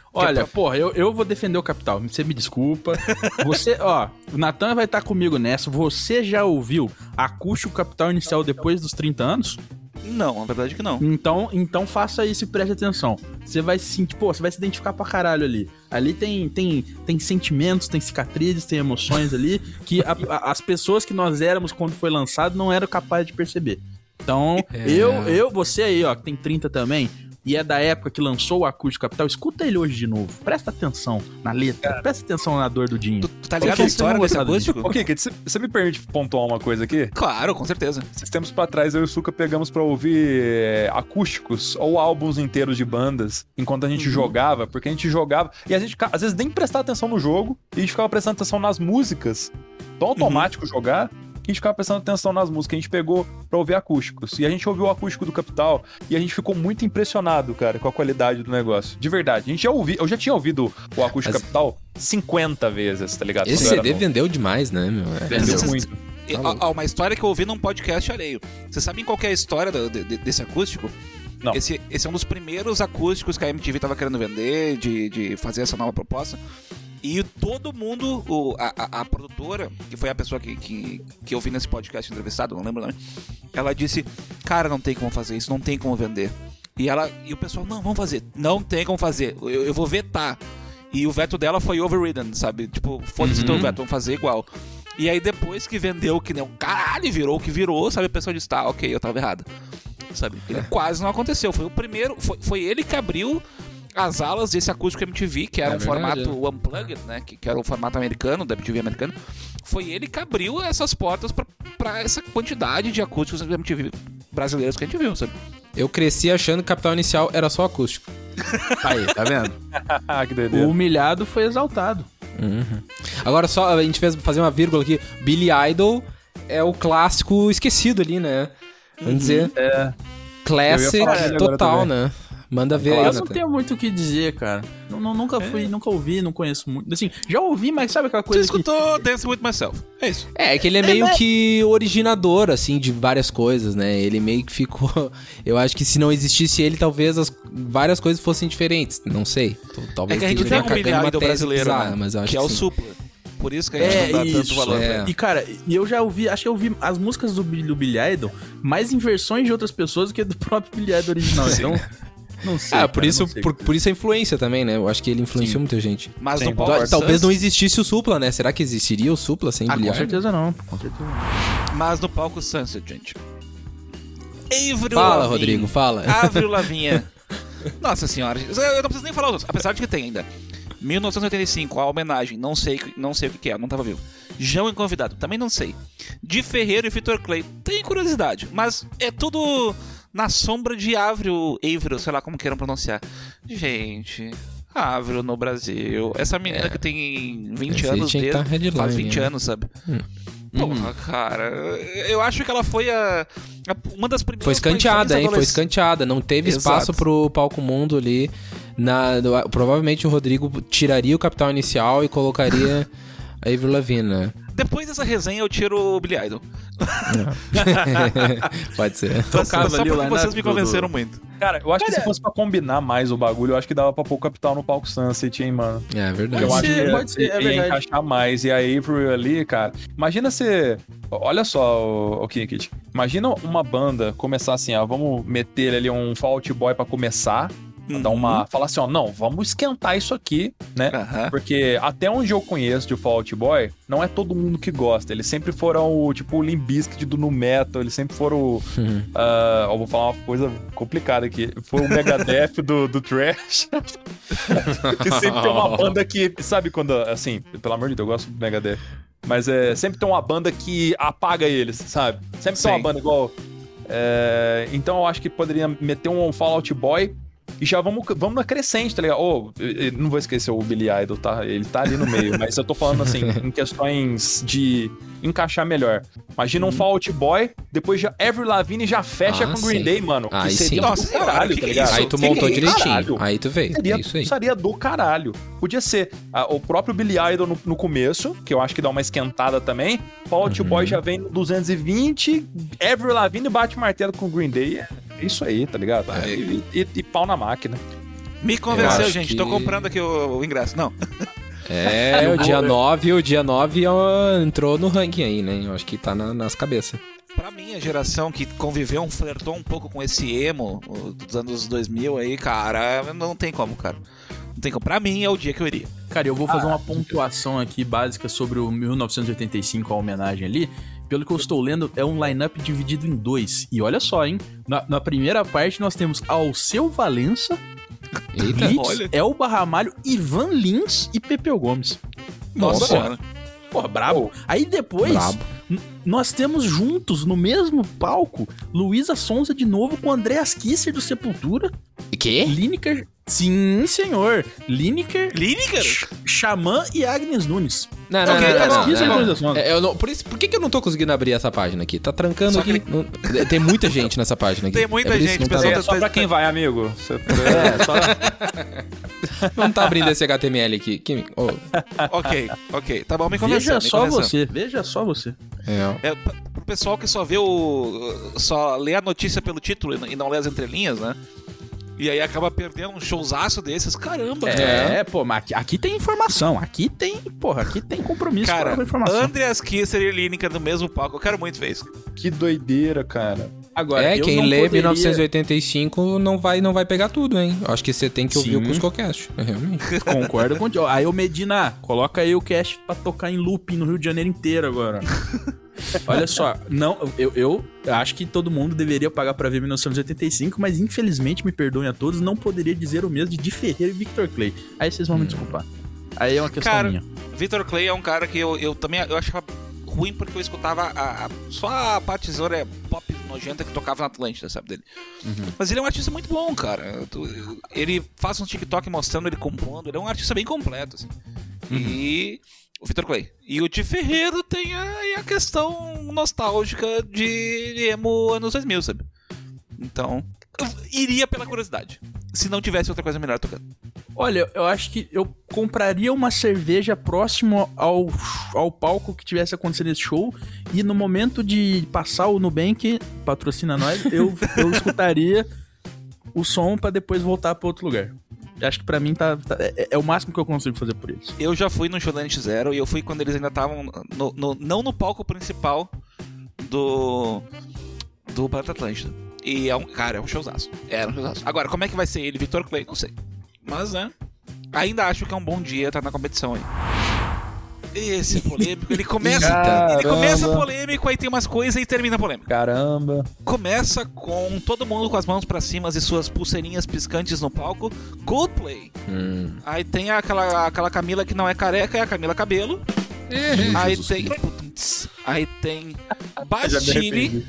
Olha, porra, eu, eu vou defender o Capital. Você me desculpa. Você, ó, o Natan vai estar comigo nessa. Você já ouviu Acústico Capital Inicial depois dos trinta anos? Não, na verdade que não. Então, então faça isso e preste atenção. Você vai se sentir, pô, você vai se identificar pra caralho ali. Ali tem, tem, tem sentimentos, tem cicatrizes, tem emoções ali que a, a, as pessoas que nós éramos quando foi lançado não eram capazes de perceber. Então, É. eu, eu, você aí, ó, que tem trinta também, e é da época que lançou o Acústico Capital, escuta ele hoje de novo. Presta atenção na letra, presta atenção na dor do Dinho. Tu, tu tá ligado Por a que você não história desse gostava do acústico? Ok, Kit, você- você me permite pontuar uma coisa aqui? Claro, com certeza. Esses tempos pra trás, eu e o Suka pegamos pra ouvir é, acústicos ou álbuns inteiros de bandas enquanto a gente Uhum. jogava, porque a gente jogava e a gente ca- às vezes nem prestava atenção no jogo e a gente ficava prestando atenção nas músicas. Tão automático jogar que a gente ficava prestando atenção nas músicas. A gente pegou pra ouvir acústicos e a gente ouviu o acústico do Capital e a gente ficou muito impressionado, cara, com a qualidade do negócio. De verdade. A gente já ouvi, eu já tinha ouvido o acústico Mas- Capital cinquenta vezes, tá ligado? Esse Quando eu era C D novo. vendeu demais, né, meu? É. Vendeu Vocês- muito. E, Tá ó, louco. ó, uma história que eu ouvi num podcast alheio. Vocês sabem qual que é a história do- de- de- desse acústico? Não. Esse, esse é um dos primeiros acústicos que a M T V tava querendo vender, de, de fazer essa nova proposta. E todo mundo, o- a, a- a produtora, que foi a pessoa que, que, que eu vi nesse podcast entrevistado, não lembro o nome, ela disse, cara, não tem como fazer isso, não tem como vender. E, ela, e o pessoal, não, vamos fazer. Não tem como fazer, eu, eu vou vetar. E o veto dela foi overridden, sabe? Tipo, foda-se Uhum. teu veto, vamos fazer igual. E aí depois que vendeu, que nem um caralho, virou o que virou, sabe? A pessoa disse, tá, ok, eu tava errado. Sabe? Ele quase não aconteceu. Foi o primeiro, foi, foi ele que abriu as alas desse acústico M T V, que era É um verdade, formato unplugged, né? Que, que era o formato americano, da M T V americano. Foi ele que abriu essas portas pra, pra essa quantidade de acústicos da M T V brasileiros que a gente viu, sabe? Eu cresci achando que Capital Inicial era só acústico. Aí, tá vendo? Ah, que O doideira. humilhado foi exaltado. Uhum. Agora só a gente fez fazer uma vírgula aqui. Billy Idol é o clássico esquecido ali, né? Vamos dizer. É. Classic Eu ia falar dele agora total, também. né? Manda ver aí, Eu não Nathan. tenho muito o que dizer, cara. Não, não- nunca fui, nunca ouvi, não conheço muito. Assim, já ouvi, mas sabe aquela Você coisa que... escutou Dance With Myself. É isso. É, que ele é meio que originador, assim, de várias coisas, né? Ele meio que ficou... Eu acho que se não existisse ele, talvez as várias coisas fossem diferentes. Não sei. T- É Talvez que a gente esteja tem um cagando bilhar uma do tese brasileiro, bizarra, né? mas eu acho que é o sim. Supla. Por isso que a gente É, não dá tanto isso, valor pra é. ele. E, cara, e eu já ouvi, acho que eu ouvi as músicas do, Bi- do Billy Idol mais em versões de outras pessoas do que do próprio Billy Idol original. Então, não sei. Ah, cara, por isso, não sei. por, por isso a influência também, né? Eu acho que ele influenciou muita gente. Mas Sim, no Paulo Tal- Talvez Santos- não existisse o Supla, né? Será que existiria o Supla sem Ah, Billy com Idol? certeza não. Com certeza não. Mas no palco Sunset, gente. Avril Fala, Lavigne. Rodrigo, fala. Avril Lavigne. Nossa senhora, eu não preciso nem falar os outros, apesar de que tem ainda. mil novecentos e oitenta e cinco, a homenagem, não sei, não sei o que que é, não tava vivo. João e Convidado, também não sei. Di Ferreiro e Vitor Clay, tem curiosidade, mas é tudo na sombra de Avril, Avril, sei lá como queiram pronunciar. Gente, Avril no Brasil, essa menina É. que tem vinte Esse aí anos tinha que desde, tá headline, faz vinte né? anos, sabe? Hum. Porra, cara, eu acho que ela foi a, a- uma das primeiras Foi escanteada, hein? Foi adolescentes. escanteada. Não teve espaço Exato. pro palco mundo ali. Na, do- provavelmente o Rodrigo tiraria o Capital Inicial e colocaria a Avril Lavigne, né? Depois dessa resenha eu tiro o Billy Idol. Pode ser. Só, Tocava só ali o porque vocês line-up me do- convenceram muito. Cara, eu acho que se fosse pra combinar mais o bagulho, eu acho que dava pra pôr o Capital no palco Sunset, hein, mano. É verdade. Eu Pode acho ser, que pode ser, ia, é ia verdade. encaixar mais. E a Avril ali, cara. Imagina você. Olha só, o, o Kit. Imagina uma banda começar assim, ó. Vamos meter ali um Fall Out Boy pra começar. Uhum. Dar uma. Falar assim, ó, não, vamos esquentar isso aqui, né? Aham. Porque até onde eu conheço de Fall Out Boy, não é todo mundo que gosta. Eles sempre foram o, tipo, o Limp Bizkit do nu metal. Eles sempre foram. o, ah, eu vou falar uma coisa complicada aqui. Foi o Megadeth do, do trash. que sempre tem uma banda que, sabe quando, assim, pelo amor de Deus, eu gosto do Megadeth. Mas é, sempre tem uma banda que apaga eles, sabe? Sempre tem uma Sim. banda igual. É, então eu acho que poderia meter um Fall Out Boy. E já vamos, vamos na crescente, tá ligado? Oh, eu- eu não vou esquecer o Billy Idol, tá? Ele tá ali no meio. Mas eu tô falando, assim, em questões de encaixar melhor. Imagina um Fall Out Boy, depois já Avril Lavigne já fecha Ah, com Green sim. Day, mano. Aí que seria sim. do Nossa senhora, caralho, que tá que é ligado? isso? Aí tu Que montou que é direitinho. Caralho. Aí tu veio. Seria, É isso aí. seria do caralho. Podia ser ah, o próprio Billy Idol no, no começo, que eu acho que dá uma esquentada também. Fall Out Uhum. Boy já vem no duzentos e vinte. Avril Lavigne bate martelo com Green Day. É isso aí, tá ligado? É. E, e- e pau na máquina. Me convenceu, acho gente. que- Tô comprando aqui o, o ingresso. Não. É, o dia nove, o dia nove ó, entrou no ranking aí, né? Eu acho que tá na- nas cabeças. Pra minha geração que conviveu, um flertou um pouco com esse emo o- dos anos dois mil aí, cara, não tem como, cara. Não tem como. Pra mim é o dia que eu iria. Cara, eu vou fazer uma pontuação aqui básica sobre o mil novecentos e oitenta e cinco, a homenagem ali. Pelo que eu estou lendo, é um line-up dividido em dois. E olha só, hein? Na, na primeira parte nós temos Alceu Valença, Eita, Blitz, olha. Elba Ramalho, Ivan Lins e Pepeu Gomes. Nossa Porra. senhora. Porra, brabo. Aí depois, Brabo. n- nós temos juntos, no mesmo palco, Luísa Sonza de novo com Andreas Kisser do Sepultura, Que? Lineker... Sim, senhor. Lineker, Lineker? Ch- Xamã e Agnes Nunes. Não, não, Ok, não, tá não, bom, não, Kisser não. e Luísa Sonza. É, eu não- por, isso, por que, que eu não tô conseguindo abrir essa página aqui? Tá trancando Só aqui. que- Não- tem muita gente nessa página aqui. Tem muita É por isso gente, que não tá, pessoal. É só pra quem vai, amigo. Você- É, só... não tá abrindo esse H T M L aqui. Que- oh, Ok, ok. Tá bom, me convenceu. Veja me só convenceu. você, veja só você. é. É, p- pro pessoal que só vê o. só lê a notícia pelo título e n- e não lê as entrelinhas, né? E aí acaba perdendo um showzaço desses. Caramba, cara. É, pô, mas aqui, aqui tem informação, aqui tem, porra, aqui tem compromisso Cara, com a informação. Andreas Kisser e Lineker no mesmo palco. Eu quero muito ver isso. Que doideira, cara. Agora, é, eu quem não lê poderia- mil novecentos e oitenta e cinco não vai, não vai pegar tudo, hein? Eu acho que você tem que ouvir Sim. o CuscoCast. É, realmente. Concordo contigo. Aí o Medina, coloca aí o cast pra tocar em looping no Rio de Janeiro inteiro agora. Olha só, não, eu, eu acho que todo mundo deveria pagar pra ver mil novecentos e oitenta e cinco, mas infelizmente, me perdoem a todos, não poderia dizer o mesmo de Di Ferreira e Victor Clay. Aí vocês vão me desculpar. Aí é uma questão Cara, minha. Victor Clay é um cara que eu, eu também eu achava ruim porque eu escutava a, a- só a partezora pop nojenta que tocava na Atlântida, sabe, dele. Mas ele é um artista muito bom, cara. Tu- Ele faz um TikTok mostrando ele compondo, ele é um artista bem completo, assim. E o Victor Clay. E o Di Ferreiro tem a, a questão nostálgica de emo anos dois mil, sabe? Então, eu iria pela curiosidade. Se não tivesse outra coisa melhor tocando. Olha, eu acho que eu compraria uma cerveja próximo ao, ao palco que tivesse acontecendo esse show e no momento de passar o Nubank, patrocina nós, eu, eu escutaria o som pra depois voltar pra outro lugar. Eu acho que pra mim tá, tá- é, é o máximo que eu consigo fazer por eles. Eu já fui no show da N X Zero e eu fui quando eles ainda estavam no, no- não no palco principal do do Planeta Atlântida. E é um, cara, é um showzaço. Era um showzaço. Agora, como é que vai ser ele, Victor Clay? Não sei. Mas, né, ainda acho que é um bom dia estar na competição aí. Esse é polêmico. Ele começa, Caramba. ele começa polêmico, aí tem umas coisas e termina polêmico. Caramba. Começa com todo mundo com as mãos pra cima e suas pulseirinhas piscantes no palco. Coldplay. Hum. Aí tem aquela, aquela Camila que não é careca, é a Camila Cabelo. Aí tem. Putz, aí tem Bastille.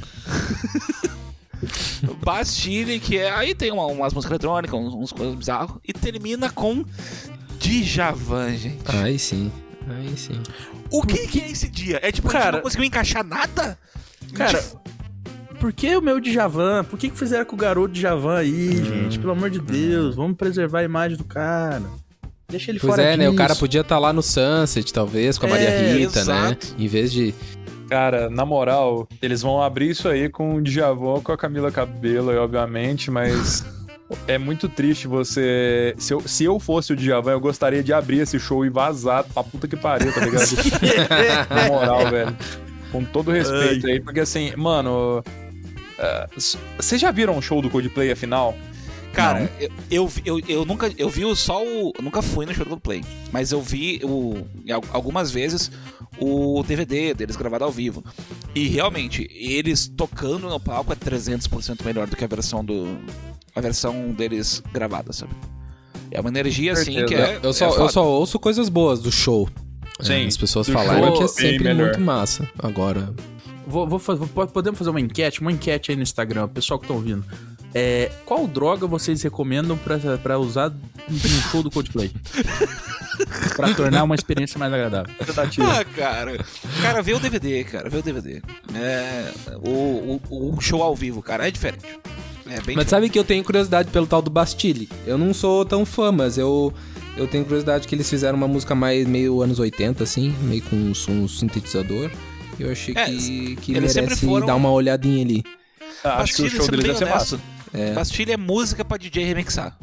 Bastille, que é. Aí tem uma- umas músicas eletrônicas, uns, uns coisas bizarras. E termina com Djavan, gente. Aí sim. Aí sim. O que, que é esse dia? É tipo, a Cara- gente não conseguiu encaixar nada? Cara, por que o meu Djavan? Por que, que fizeram com o garoto Djavan aí, gente? Pelo amor de Deus, vamos preservar a imagem do cara. Deixa ele Pois fora é, né? O disso. cara podia estar lá no Sunset, talvez, com a Maria É, Rita, né? exato. Em vez de. Cara, na moral, eles vão abrir isso aí com o Djavan, com a Camila Cabello, aí, obviamente, mas é muito triste você... Se eu, se eu fosse o Djavan, eu gostaria de abrir esse show e vazar pra puta que pariu, tá ligado? Na moral, velho. Com todo respeito aí, porque assim, mano... é, s- Vocês já viram o show do Coldplay, afinal? Cara, eu, eu, vi- eu, eu nunca eu vi o- só o. Eu nunca fui no show do Coldplay, mas eu vi o, em al- algumas vezes o D V D deles gravado ao vivo. E realmente, eles tocando no palco é trezentos por cento melhor do que a versão do. A versão deles gravada, sabe? É uma energia assim Certeza. que é. Eu só, é eu foda. só ouço coisas boas do show. Sim, É, as pessoas do falaram show que é bem sempre melhor. muito massa. Agora. Vou, vou fazer, vou- podemos fazer uma enquete? Uma enquete aí no Instagram, pessoal que tá ouvindo. É, qual droga vocês recomendam pra, pra usar no show do Coldplay? Pra tornar uma experiência mais agradável. Ah, cara. Cara, vê o D V D, cara. Vê o D V D. É. O, o, o show ao vivo, cara, é diferente. É bem Mas diferente. sabe que eu tenho curiosidade pelo tal do Bastille. Eu não sou tão fã, mas eu, eu tenho curiosidade que eles fizeram uma música mais meio anos oitenta, assim, meio com um, som- um sintetizador. Eu achei É, que, que eles sempre merece foram- dar uma olhadinha ali. Ah, acho que o Bastille, show sendo deles bem vai ser honesto, massa. É. Bastille é música pra D J remixar.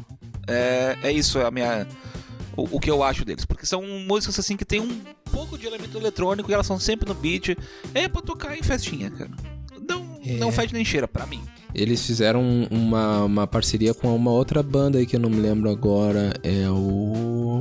É, é isso, é a minha... O, o que eu acho deles. Porque são músicas assim que tem um pouco de elemento eletrônico e elas são sempre no beat. É pra tocar em festinha, cara. Não, É. não fede nem cheira, pra mim. Eles fizeram uma, uma parceria com uma outra banda aí que eu não me lembro agora. É o...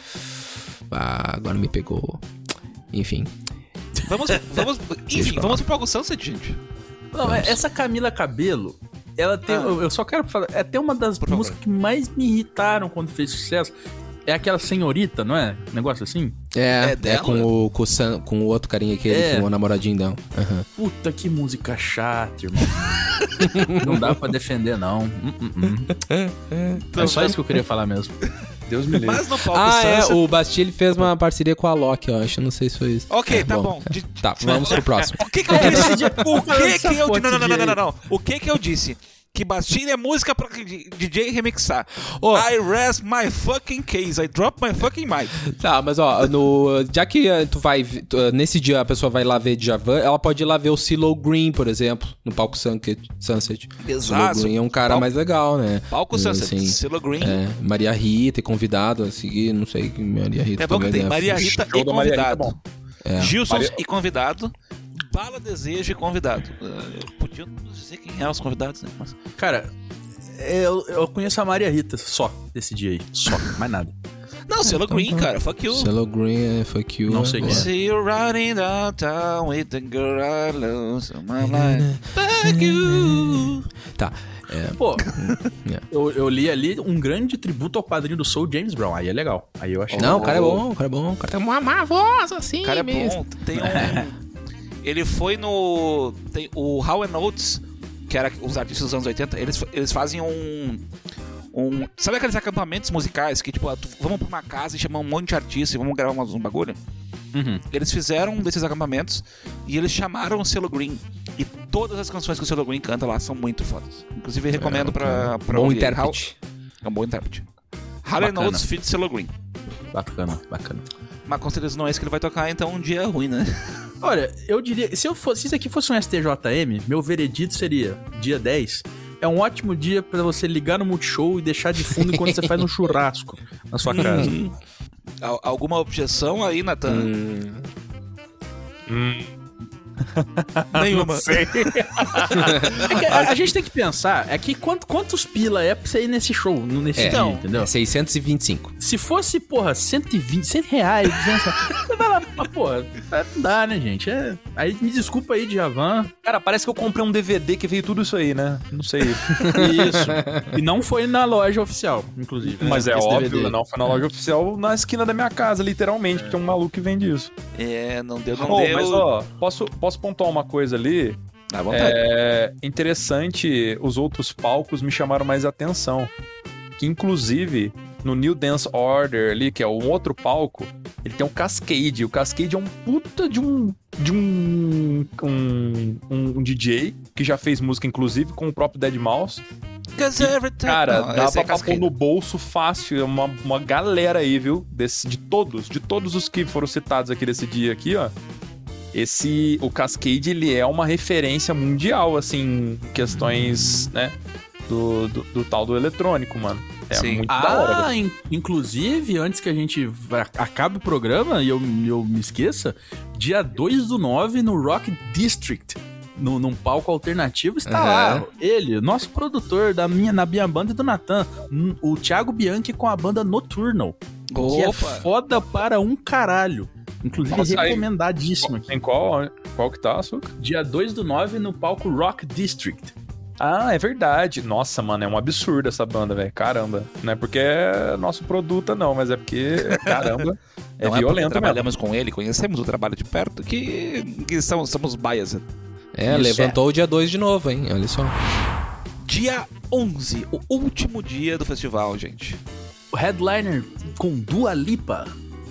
Ah, agora me pegou. Enfim. Vamos, vamos, enfim, pra vamos pro Palco Sunset, gente. Não, mas essa Camila Cabello, ela tem. Ah. Eu, eu só quero falar. É até uma das Por favor. músicas que mais me irritaram quando fez sucesso. É aquela senhorita, não é? Negócio assim? É, É é, dela? com, o, com, o Sam- com o outro carinha aquele, É. com o namoradinho dela. Aham. Puta que música chata, irmão. Não dá pra defender, não. Hum, hum, hum. É só isso que eu queria falar mesmo. Deus me livre. Mas no Palco Ah, é, Sunset... o Bastille fez uma parceria com a Loki, eu acho. Não sei se foi isso. Ok, É, tá bom. De- Tá, vamos pro próximo. O que que eu disse? O que Essa que eu... porra Não, não, não, não, de não, não, não. O que que eu disse? Que Bastille é música pra D J remixar. Ô. I rest my fucking case. I drop my fucking mic. Tá, mas ó, no, já que eh, tu vai, tu, eh, nesse dia a pessoa vai lá ver Djavan, ela pode ir lá ver o CeeLo Green, por exemplo, no palco Sunset. Sunset. Exato. CeeLo Green é um cara Palco- mais legal, né? Palco Eh, Sunset. assim, CeeLo Green. é, Maria Rita é convidado a seguir, não sei que Maria Rita É bom que também, tem né? Maria Rita Show e da Maria Rita é convidado. É. Gilson Maria- e convidado. Bala Desejo e convidado. Uh, Eu podia não dizer quem eram os convidados, né? Mas... Cara, eu, eu conheço a Maria Rita só desse dia aí. Só, mais nada. Não, CeeLo Green, cara. Fuck you. CeeLo Green, é fuck you. Não é sei bom. quem é. See you riding downtown with the girl I lose in my life. Fuck you. Tá. É, Pô, É. eu, eu li ali um grande tributo ao padrinho do Soul, James Brown. Aí é legal. Aí eu achei. não, o cara é bom, o cara é bom. O cara tem uma má voz, assim, O cara é mesmo. bom. Tem um... Ele foi no... Tem o How and Oates, que era os artistas dos anos oitenta, eles, eles fazem um... um... Sabe aqueles acampamentos musicais que, tipo, tu- vamos pra uma casa e chamar um monte de artistas e vamos gravar umas- um bagulho? Uhum. Eles fizeram um desses acampamentos e eles chamaram o CeeLo Green. E todas as canções que o CeeLo Green canta lá são muito fodas. Inclusive, eu recomendo pra, pra Bom ouvir. intérprete. How- É um bom intérprete. How and Bacana. Oates feat CeeLo Green. Bacana, bacana. Mas com certeza não é esse que ele vai tocar, então um dia é ruim, né? Olha, eu diria, se eu fosse, se isso aqui fosse um S T J M, meu veredito seria dia dez. É um ótimo dia pra você ligar no Multishow e deixar de fundo enquanto você faz um churrasco na sua casa. Hum. Al- Alguma objeção aí, Nathan? Hum, Nenhuma. sei. É que a, a gente tem que pensar, é que quanto, quantos pila é pra você ir nesse show, no- nesse É, dia, então, entendeu? É seiscentos e vinte e cinco. Se fosse, porra, cento e vinte, cem reais, duzentos reais, você vai lá, mas, porra, não dá, né, gente? É, aí me desculpa aí, Djavan. Cara, parece que eu comprei um D V D que veio tudo isso aí, né? Não sei. Isso. E não foi na loja oficial, inclusive. Mas é Esse óbvio, D V D. não foi na loja oficial, na esquina da minha casa, literalmente, porque tem um maluco que vende isso. É, não deu, não Oh, deu. mas ó, posso, posso pontuar uma coisa ali? Dá vontade. É interessante, os outros palcos me chamaram mais atenção. Que inclusive, no New Dance Order ali, que é um outro palco, ele tem um Cascade. O Cascade é um puta de um. de um. um, um D J que já fez música, inclusive, com o próprio deadmau cinco. Cause every time- Cara, Não, dá esse pra, é pra pôr Cascade. no bolso fácil. É uma, uma galera aí, viu? Desse, de todos, de todos os que foram citados aqui desse dia aqui, ó. Esse, o Cascade, ele é uma referência mundial, assim, em questões, né, do, do, do tal do eletrônico, mano. É Sim. muito da hora. velho. Ah, in- inclusive, antes que a gente va- acabe o programa e eu, eu me esqueça, dia dois do nove no Rock District, no, num palco alternativo, está Aham. lá ele, nosso produtor da minha, na minha banda e do Natan, hum, o Thiago Bianchi com a banda Nocturnal, que é Opa! foda para um caralho. Inclusive, Nossa, aí- recomendadíssimo aqui. Em qual, qual que tá, Açúcar? Dia dois do nove no palco Rock District. Ah, é verdade. Nossa, mano, é um absurdo essa banda, velho. Caramba. Não é porque é nosso produto, não, mas é porque, caramba, é Não é porque violento mesmo. trabalhamos com ele, conhecemos o trabalho de perto, que, que somos, somos biased. É, Isso levantou o dia dois de novo, hein? Olha só. Dia onze, o último dia do festival, gente. O headliner com Dua Lipa,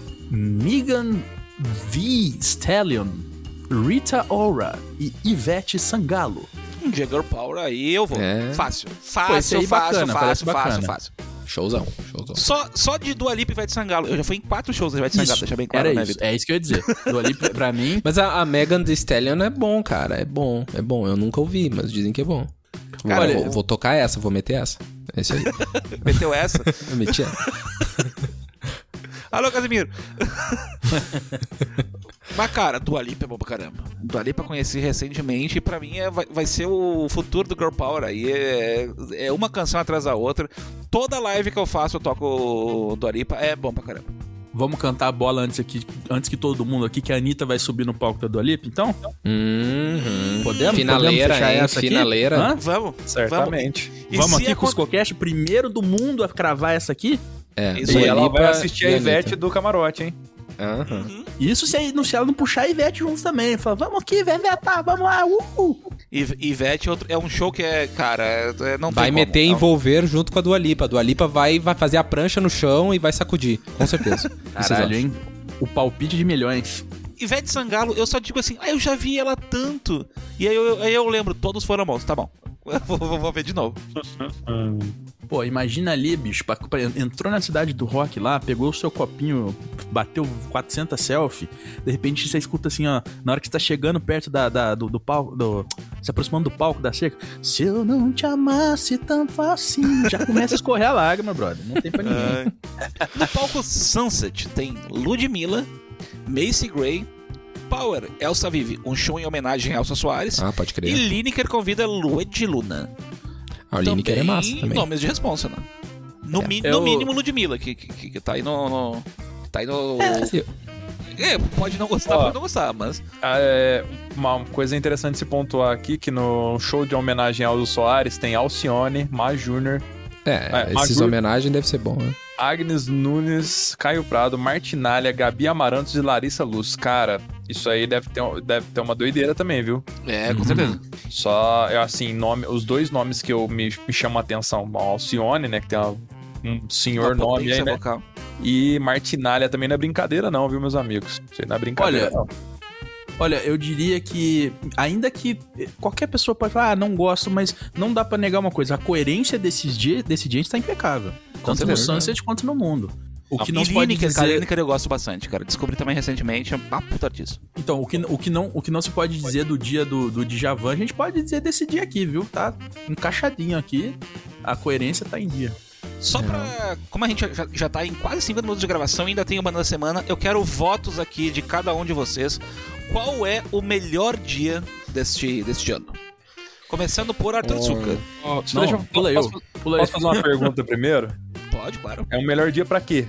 Megan Thee Stallion, Rita Ora e Ivete Sangalo. Um dia Girl Power aí eu vou. É. Fácil. Pô, esse Fácil, aí fácil, bacana, parece fácil, fácil, bacana. fácil. Showzão, showzão. Só, só de Dua Lipa e Ivete Sangalo. Eu já fui em quatro shows da Ivete Sangalo, deixa bem claro, era né, isso, Vitor? é isso que eu ia dizer. Dua Lipa, pra mim, Mas a, a Megan Thee Stallion é bom, cara. É bom, é bom. Eu nunca ouvi, mas dizem que é bom. Cara, Olha, eu- eu vou tocar essa, vou meter essa. É isso aí. Meteu essa. Eu meti essa. Alô, Casimiro. Mas, cara, Dua Lipa é bom pra caramba. Dua Lipa conheci recentemente e pra mim é, vai, vai ser o futuro do Girl Power. Aí é, é uma canção atrás da outra. Toda live que eu faço eu toco Dua Lipa, é bom pra caramba. Vamos cantar a bola antes, aqui, antes que todo mundo aqui, que a Anitta vai subir no palco da Dua Lipa, então? Uhum. Podemos? Finaleira, Podemos fechar hein? essa aqui? Finaleira. Hã? Vamos. Certamente. E Vamos se aqui a com os Cocast, primeiro do mundo a cravar essa aqui? É, Isso Dua E ela Lipa vai assistir a e Ivete Anitta. do camarote, hein? Aham. Isso se, não, se ela não puxar a Ivete juntos também. Fala, vamos aqui, Veveta, vamos lá, uhul. I- Ivete é outro- é um show que é, cara, é- não Vai tem meter como. envolver junto com a Dua Lipa. A Dua Lipa vai, vai fazer a prancha no chão e vai sacudir, com certeza. Caralho, hein? O palpite de milhões. Ivete Sangalo, eu só digo assim, ah, eu já vi ela tanto. E aí eu, aí eu lembro, todos foram bons, tá bom. Eu vou, vou- vou ver de novo. Pô, imagina ali, bicho, pra- pra- entrou na cidade do rock lá, pegou o seu copinho, bateu quatrocentas selfie, de repente você escuta assim, ó, na hora que você tá chegando perto da, da- do, do palco, do- se aproximando do palco da cerca, se eu não te amasse tanto assim, já começa a escorrer a lágrima, brother, não tem pra ninguém. No palco Sunset tem Ludmilla, Macy Gray, Power, Elsa Vive, um show em homenagem a Elsa Soares. Ah, pode E crer. Lineker convida Lued Luna. A Lineker é massa também. Nomes de responsa, né? No, É. mi- Eu- no mínimo Ludmilla, que, que, que tá aí no... no- tá aí no... É, pode não gostar, Ó. pode não gostar, mas... Ah, é, uma coisa interessante se pontuar aqui, que no show de homenagem ao Elza Soares tem Alcione, Má Júnior, É, É, esses Magu- homenagens deve ser bom, né? Agnes Nunes, Caio Prado, Martinalha, Gabi Amarantos e Larissa Luz. Cara, isso aí deve ter, deve ter uma doideira também, viu? É, com certeza. Só, é assim, nome, os dois nomes que eu me, me chamam a atenção, bom, Alcione, né, que tem uma- um senhor Uma nome aí, potência né? vocal. E Martinalha também não é brincadeira não, viu, meus amigos? Isso aí não é brincadeira Olha, não. Olha, eu diria que, ainda que qualquer pessoa pode falar, ah, não gosto, mas não dá pra negar uma coisa, a coerência desses dia, desse dia está impecável. Tanto no certeza. Sunset quanto no mundo. O que não E se pode Lineker, dizer... cara, Lineker eu gosto bastante, cara. Descobri também recentemente, é uma puta artista. Então, o que, o, que não, o que não se pode dizer do dia do, do Djavan, a gente pode dizer desse dia aqui, viu? Tá encaixadinho aqui, a coerência tá em dia. Só pra... Como a gente já, já tá em quase cinquenta minutos de gravação e ainda tem uma da semana, eu quero votos aqui de cada um de vocês. Qual é o melhor dia deste, deste ano? Começando por Arthur Tsuka. Ó, Não, deixa eu- pula eu, posso, pula eu. posso fazer uma pergunta primeiro? Pode, claro. É o melhor dia pra quê?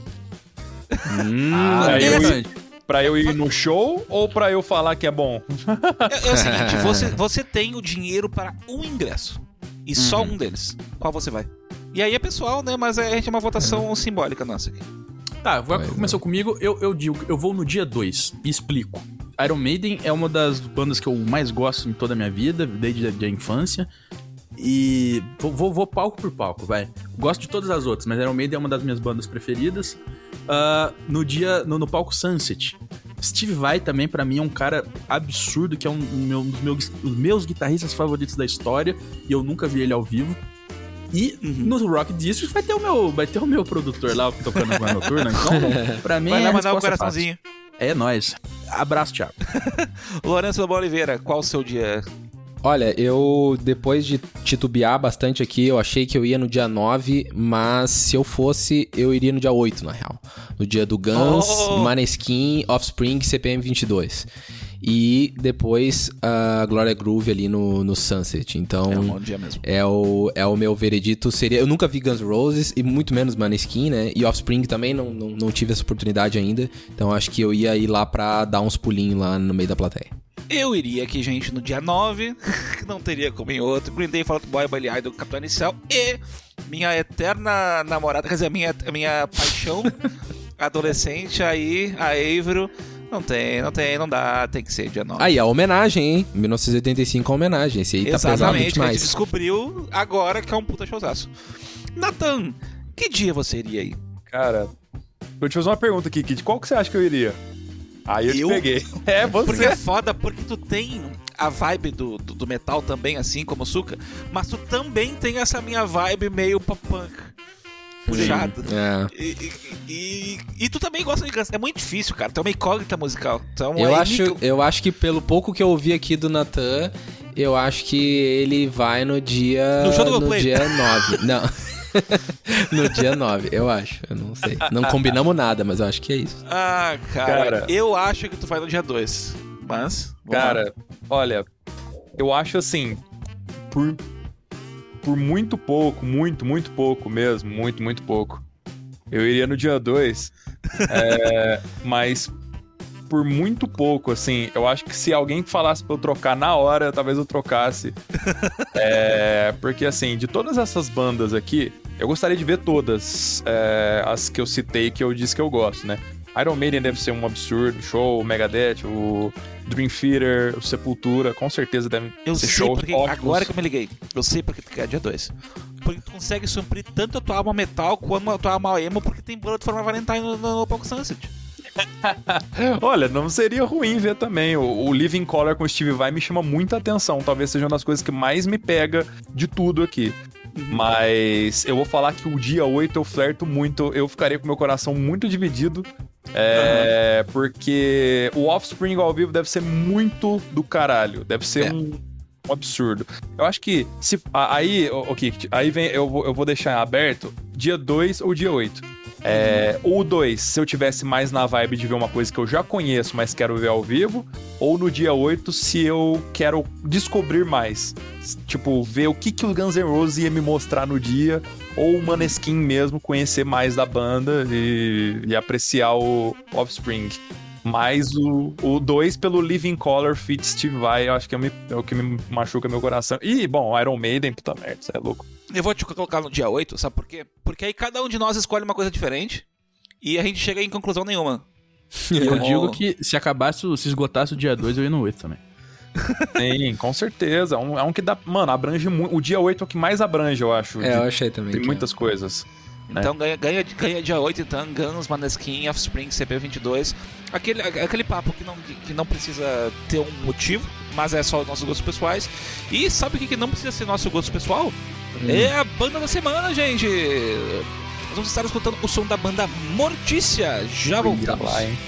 Ah, Pra eu, interessante. ir, pra eu ir no show ou pra eu falar que é bom? É, é o seguinte, você, você tem o dinheiro para um ingresso. E só um deles. Qual você vai? E aí é pessoal, né? Mas a gente é uma votação simbólica nossa aqui. Tá, vai- Pois começou comigo, eu, eu digo, eu vou no dia dois e explico. Iron Maiden é uma das bandas que eu mais gosto em toda a minha vida, desde a, a infância. E vou, vou, vou palco por palco, vai. Gosto de todas as outras, mas Iron Maiden é uma das minhas bandas preferidas. Ah, no dia, no, no palco Sunset, Steve Vai também, pra mim, é um cara absurdo, que é um, um meu- um dos meus, os meus guitarristas favoritos da história, e eu nunca vi ele ao vivo. E no Rock District vai ter o meu, vai ter o meu produtor lá tocando a noturna, então pra mim Vai é lá a mandar um resposta coraçãozinho. fácil. É nóis. Abraço, Thiago. Lourenço Lobo Oliveira, qual o seu dia? Olha, eu, depois de titubear bastante aqui, eu achei que eu ia no dia nove, mas se eu fosse, eu iria no dia oito, na real. No dia do Guns, Oh! Maneskin, Offspring, C P M vinte e dois. E depois a Gloria Groove ali no, no Sunset. Então, É um bom dia mesmo. é o, é o meu veredito. Seria, eu nunca vi Guns N' Roses e muito menos Maneskin, né? E Offspring também, não, não, não tive essa oportunidade ainda. Então acho que eu ia ir lá pra dar uns pulinhos lá no meio da plateia. Eu iria aqui, gente, no dia nove, que não teria como em outro. Green Day, Fall Out Boy, Billy Idol, Capitão Inicial e minha eterna namorada, quer dizer, a minha, a minha paixão adolescente aí, a Avery. Não tem, não tem, não dá, tem que ser dia nove. Aí, a homenagem, hein? mil novecentos e oitenta e cinco a homenagem. Esse aí tá pesado Exatamente, que a gente demais. descobriu agora que é um puta showzaço. Nathan, que dia você iria aí? Cara, vou te fazer uma pergunta aqui, Kid. Qual que você acha que eu iria? Aí eu, Eu? te peguei. É, você. Porque é foda, porque tu tem a vibe do, do, do metal também, assim como o Suka, mas tu também tem essa minha vibe meio pop punk. Puxada. É. E, e, e, e tu também gosta de Guns. É muito difícil, cara. Tu é uma incógnita musical. Então, Eu é acho, Nico- eu acho que pelo pouco que eu ouvi aqui do Natan, eu acho que ele vai no dia. No show do no Coldplay. dia nove. Não. No dia nove, eu acho. Eu não sei. Não combinamos nada, mas eu acho que é isso. Ah, cara, Cara. eu acho que tu vai no dia dois. Mas, vamos Cara, lá. olha, eu acho assim, por, por muito pouco, muito, muito pouco mesmo, muito, muito pouco, eu iria no dia dois, é, mas por muito pouco, assim, eu acho que se alguém falasse pra eu trocar na hora, talvez eu trocasse. É, porque, assim, de todas essas bandas aqui, eu gostaria de ver todas é, as que eu citei, que eu disse que eu gosto, né? Iron Maiden deve ser um absurdo, show, o Megadeth, o Dream Theater, o Sepultura, com certeza devem Eu ser sei shows porque, ótimos. agora que eu me liguei, eu sei porque tu quer dia dois. Porque tu consegue suprir tanto a tua alma metal quanto a tua alma emo, porque tem Bullet for My Valentine no, no Palco Sunset. Olha, não seria ruim ver também. O, o Living Color com o Steve Vai me chama muita atenção. Talvez seja uma das coisas que mais me pega de tudo aqui. Mas eu vou falar que o dia oito eu flerto muito. Eu ficaria com meu coração muito dividido. É, porque o Offspring ao vivo deve ser muito do caralho. Deve ser É. um, um absurdo. Eu acho que se a- aí, o Kik, aí vem, eu vou, eu vou deixar aberto dia dois ou dia oito. É, ou dois, se eu tivesse mais na vibe de ver uma coisa que eu já conheço, mas quero ver ao vivo. Ou no dia oito, se eu quero descobrir mais. Tipo, ver o que, que o Guns N' Roses ia me mostrar no dia. Ou o Maneskin mesmo, conhecer mais da banda e, e apreciar o Offspring. Mas o dois pelo Living Color Fit Steve Vai, eu acho que é, me- é o que me machuca meu coração. E, bom, Iron Maiden, puta merda, isso é louco. Eu vou te colocar no dia oito, sabe por quê? Porque aí cada um de nós escolhe uma coisa diferente e a gente chega em conclusão nenhuma. E eu Oh. digo que se acabasse, o- se esgotasse o dia dois, eu ia no oito também. Sim, com certeza. É um, é um que dá. Mano, abrange muito. O dia oito é o que mais abrange, eu acho. É, de- eu achei também. Tem que muitas coisas. Então ganha, ganha, ganha dia oito, então, Guns, Maneskin, Offspring, C P vinte e dois. Aquele, aquele papo que não, que não precisa ter um motivo, mas é só nossos gostos pessoais. E sabe o que, que não precisa ser nosso gosto pessoal? É a banda da semana, gente! Nós vamos estar escutando o som da banda Mortícia. Já voltamos. Lá, hein?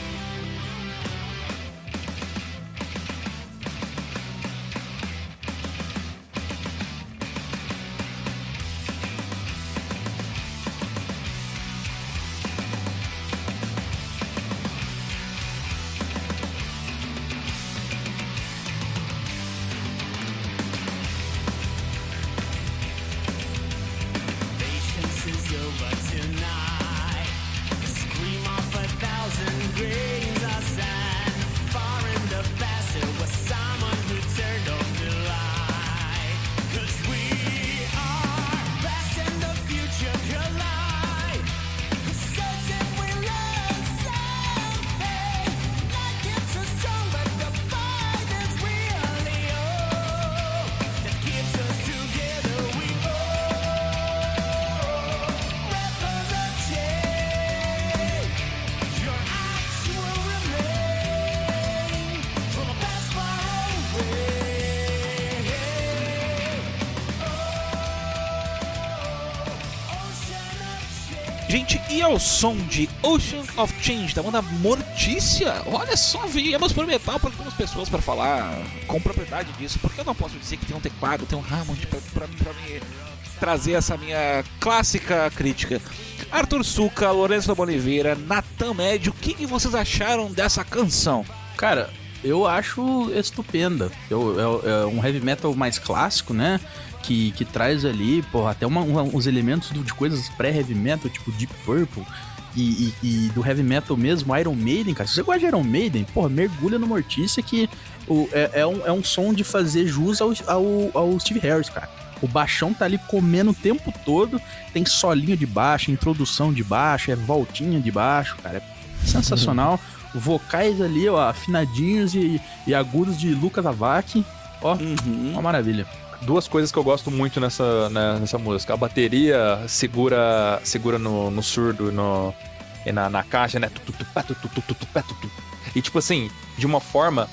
Gente, e ao som de Ocean of Change, da banda Mortícia? Olha só, viemos por metal porque temos pessoas para falar com propriedade disso. Porque eu não posso dizer que tem um teclado, tem um Hammond pra, pra, pra me trazer essa minha clássica crítica. Arthur Suca, Lourenço Boliveira, Natan Médio, o que, que vocês acharam dessa canção? Cara, eu acho estupenda. Eu, é, é um heavy metal mais clássico, né? Que, que traz ali, porra, até uma, uma, uns elementos do- de coisas pré-heavy metal, tipo Deep Purple. E, e- e do heavy metal mesmo, Iron Maiden, cara. Se você gosta de Iron Maiden, porra, mergulha no Mortícia que o, é, é, um, é um som de fazer jus ao, ao, ao Steve Harris, cara. O baixão tá ali comendo o tempo todo, tem solinho de baixo, introdução de baixo, é voltinha de baixo, cara. É sensacional. Vocais ali, ó, afinadinhos e, e agudos de Lucas Avac. Ó, uma maravilha. Duas coisas que eu gosto muito nessa, né, nessa música. A bateria segura, segura no, no surdo no, e na, na caixa, né? Tu, tu, tu, pá, tu, tu, tu, tu, tu, pá, tu, tu. E tipo assim, de uma forma,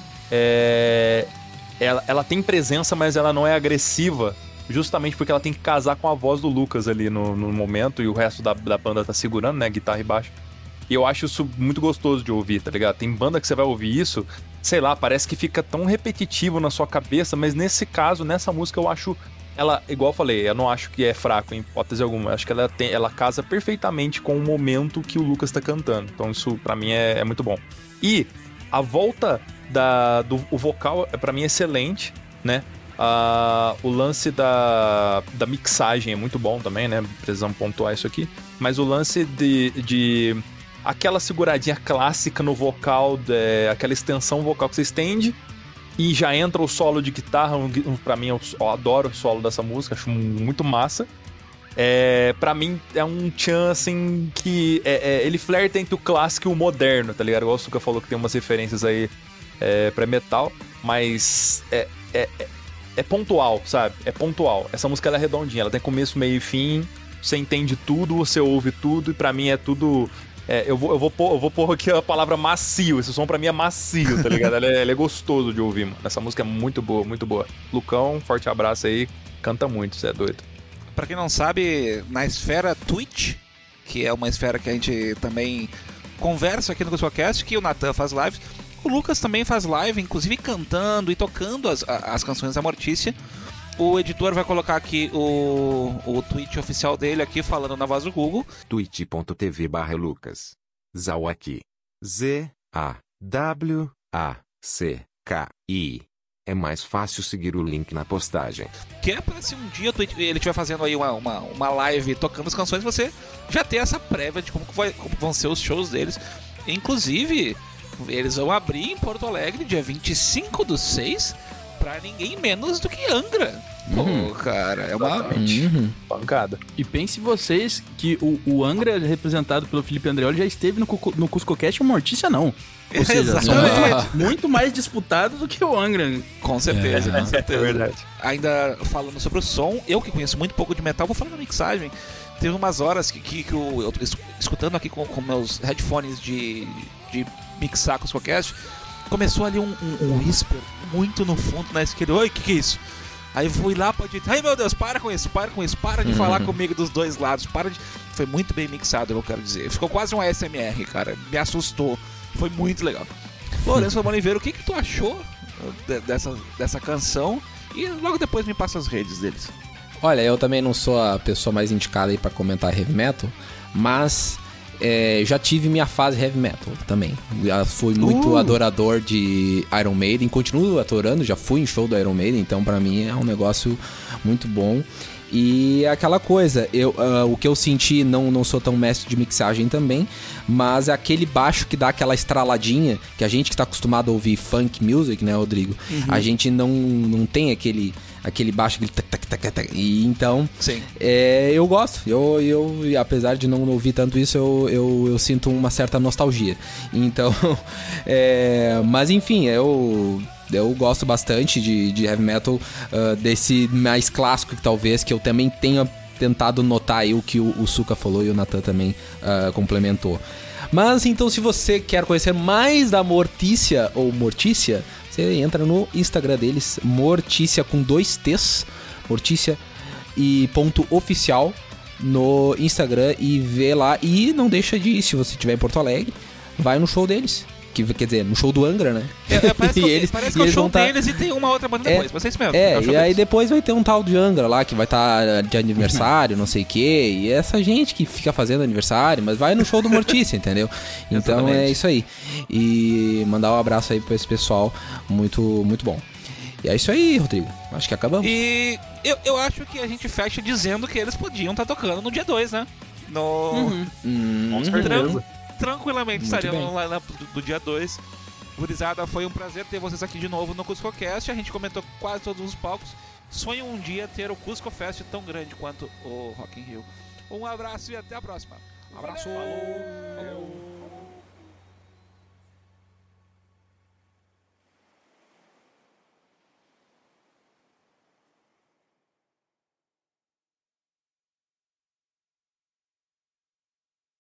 é, ela, ela tem presença, mas ela não é agressiva, justamente porque ela tem que casar com a voz do Lucas ali no, no momento e o resto da, da banda tá segurando, né? Guitarra e baixo. E eu acho isso muito gostoso de ouvir, tá ligado? Tem banda que você vai ouvir isso, sei lá, parece que fica tão repetitivo na sua cabeça, mas nesse caso, nessa música, eu acho ela, igual eu falei, eu não acho que é fraco em hipótese alguma. Eu acho que ela, tem, ela casa perfeitamente com o momento que o Lucas tá cantando. Então isso, pra mim, é, é muito bom. E a volta da, do o vocal, pra mim, é excelente, né? Uh, o lance da, da mixagem é muito bom também, né? Precisamos pontuar isso aqui. Mas o lance de... de aquela seguradinha clássica no vocal, de, aquela extensão vocal que você estende e já entra o solo de guitarra. Pra mim, eu, eu adoro o solo dessa música, acho muito massa. É, pra mim, é um tchan, assim, que é, é, ele flerta entre o clássico e o moderno, tá ligado? Igual o Suka falou que tem umas referências aí é, pra metal, mas é, é, é, é pontual, sabe? É pontual. Essa música ela é redondinha, ela tem começo, meio e fim, você entende tudo, você ouve tudo, e pra mim é tudo... É, eu, vou, eu, vou pôr, eu vou pôr aqui a palavra macio. Esse som pra mim é macio, tá ligado? ele, é, ele é gostoso de ouvir, mano. Essa música é muito boa, muito boa. Lucão, forte abraço aí. Canta muito, você é doido. Pra quem não sabe, na esfera Twitch, que é uma esfera que a gente também conversa aqui no CuscoCast, que o Natan faz lives, o Lucas também faz live, inclusive cantando e tocando as, as canções da Mortícia. O editor vai colocar aqui o, o tweet oficial dele aqui, falando na voz do Google. twitch.tv barra Lucas Zawaki. Z A W A C K I. É mais fácil seguir o link na postagem. Que é pra se um dia ele estiver fazendo aí uma, uma, uma live tocando as canções, você já ter essa prévia de como, que vai, como vão ser os shows deles. Inclusive, eles vão abrir em Porto Alegre dia vinte e cinco do seis pra ninguém menos do que Angra. Pô, uhum. cara, é uma uhum. pancada. E pense vocês que o, o Angra, representado pelo Felipe Andreoli, já esteve no, no CuscoCast e o Mortícia não. Ou seja, exatamente. Muito mais disputado do que o Angra. Com certeza, é, com certeza. É verdade. Ainda falando sobre o som, eu que conheço muito pouco de metal, vou falar da mixagem. Teve umas horas que, que, que eu, eu tô escutando aqui com, com meus headphones de, de mixar com o CuscoCast, começou ali um, um, um whisper muito no fundo na esquerda. Oi, o que, que é isso? Aí fui lá pra direita. Ai meu Deus, para com isso, para com isso, para de uhum. falar comigo dos dois lados, para de. Foi muito bem mixado, eu quero dizer. Ficou quase um A S M R, cara. Me assustou. Foi muito legal. Lourenço Oliveira, o que, que tu achou dessa, dessa canção? E logo depois me passa as redes deles. Olha, eu também não sou a pessoa mais indicada aí pra comentar heavy metal, mas é, já tive minha fase heavy metal também. Já fui muito uh. adorador de Iron Maiden, continuo adorando, já fui em show do Iron Maiden, então pra mim é um negócio muito bom. E aquela coisa, eu, uh, o que eu senti, não, não sou tão mestre de mixagem também, mas é aquele baixo que dá aquela estraladinha, que a gente que tá acostumado a ouvir funk music, né, Rodrigo? Uhum. A gente não, não tem aquele, aquele baixo, aquele tac, tac, tac, tac, e então, Sim. É, eu gosto, eu, eu, apesar de não ouvir tanto isso, eu, eu, eu sinto uma certa nostalgia. Então, é, mas enfim, eu... Eu gosto bastante de, de heavy metal, uh, desse mais clássico, talvez, que eu também tenha tentado notar aí o que o, o Suka falou e o Natan também uh, complementou. Mas então, se você quer conhecer mais da Mortícia ou Mortícia, você entra no Instagram deles, Mortícia com dois T's, Mortícia e ponto oficial no Instagram, e vê lá. E não deixa de ir, se você estiver em Porto Alegre, vai no show deles. Que, quer dizer, no show do Angra, né? É, é, parece que, eles, parece que é o show tá... deles e tem uma outra banda é, depois, vocês mesmos. É, é e aí depois vai ter um tal de Angra lá, que vai estar tá de aniversário, não sei o quê, e essa gente que fica fazendo aniversário, mas vai no show do Mortícia, entendeu? Então Exatamente. É isso aí. E mandar um abraço aí pra esse pessoal, muito, muito bom. E é isso aí, Rodrigo. Acho que acabamos. E eu, eu acho que a gente fecha dizendo que eles podiam estar tá tocando no dia dois, né? No... Uhum. Hum, Com certeza. Tranquilamente Muito estaria bem. no line-up do, do dia dois. Gurizada, foi um prazer ter vocês aqui de novo no CuscoCast. A gente comentou quase todos os palcos. Sonho um dia ter o Cusco Fest tão grande quanto o Rock in Rio. Um abraço e até a próxima. Um abraço. Falou.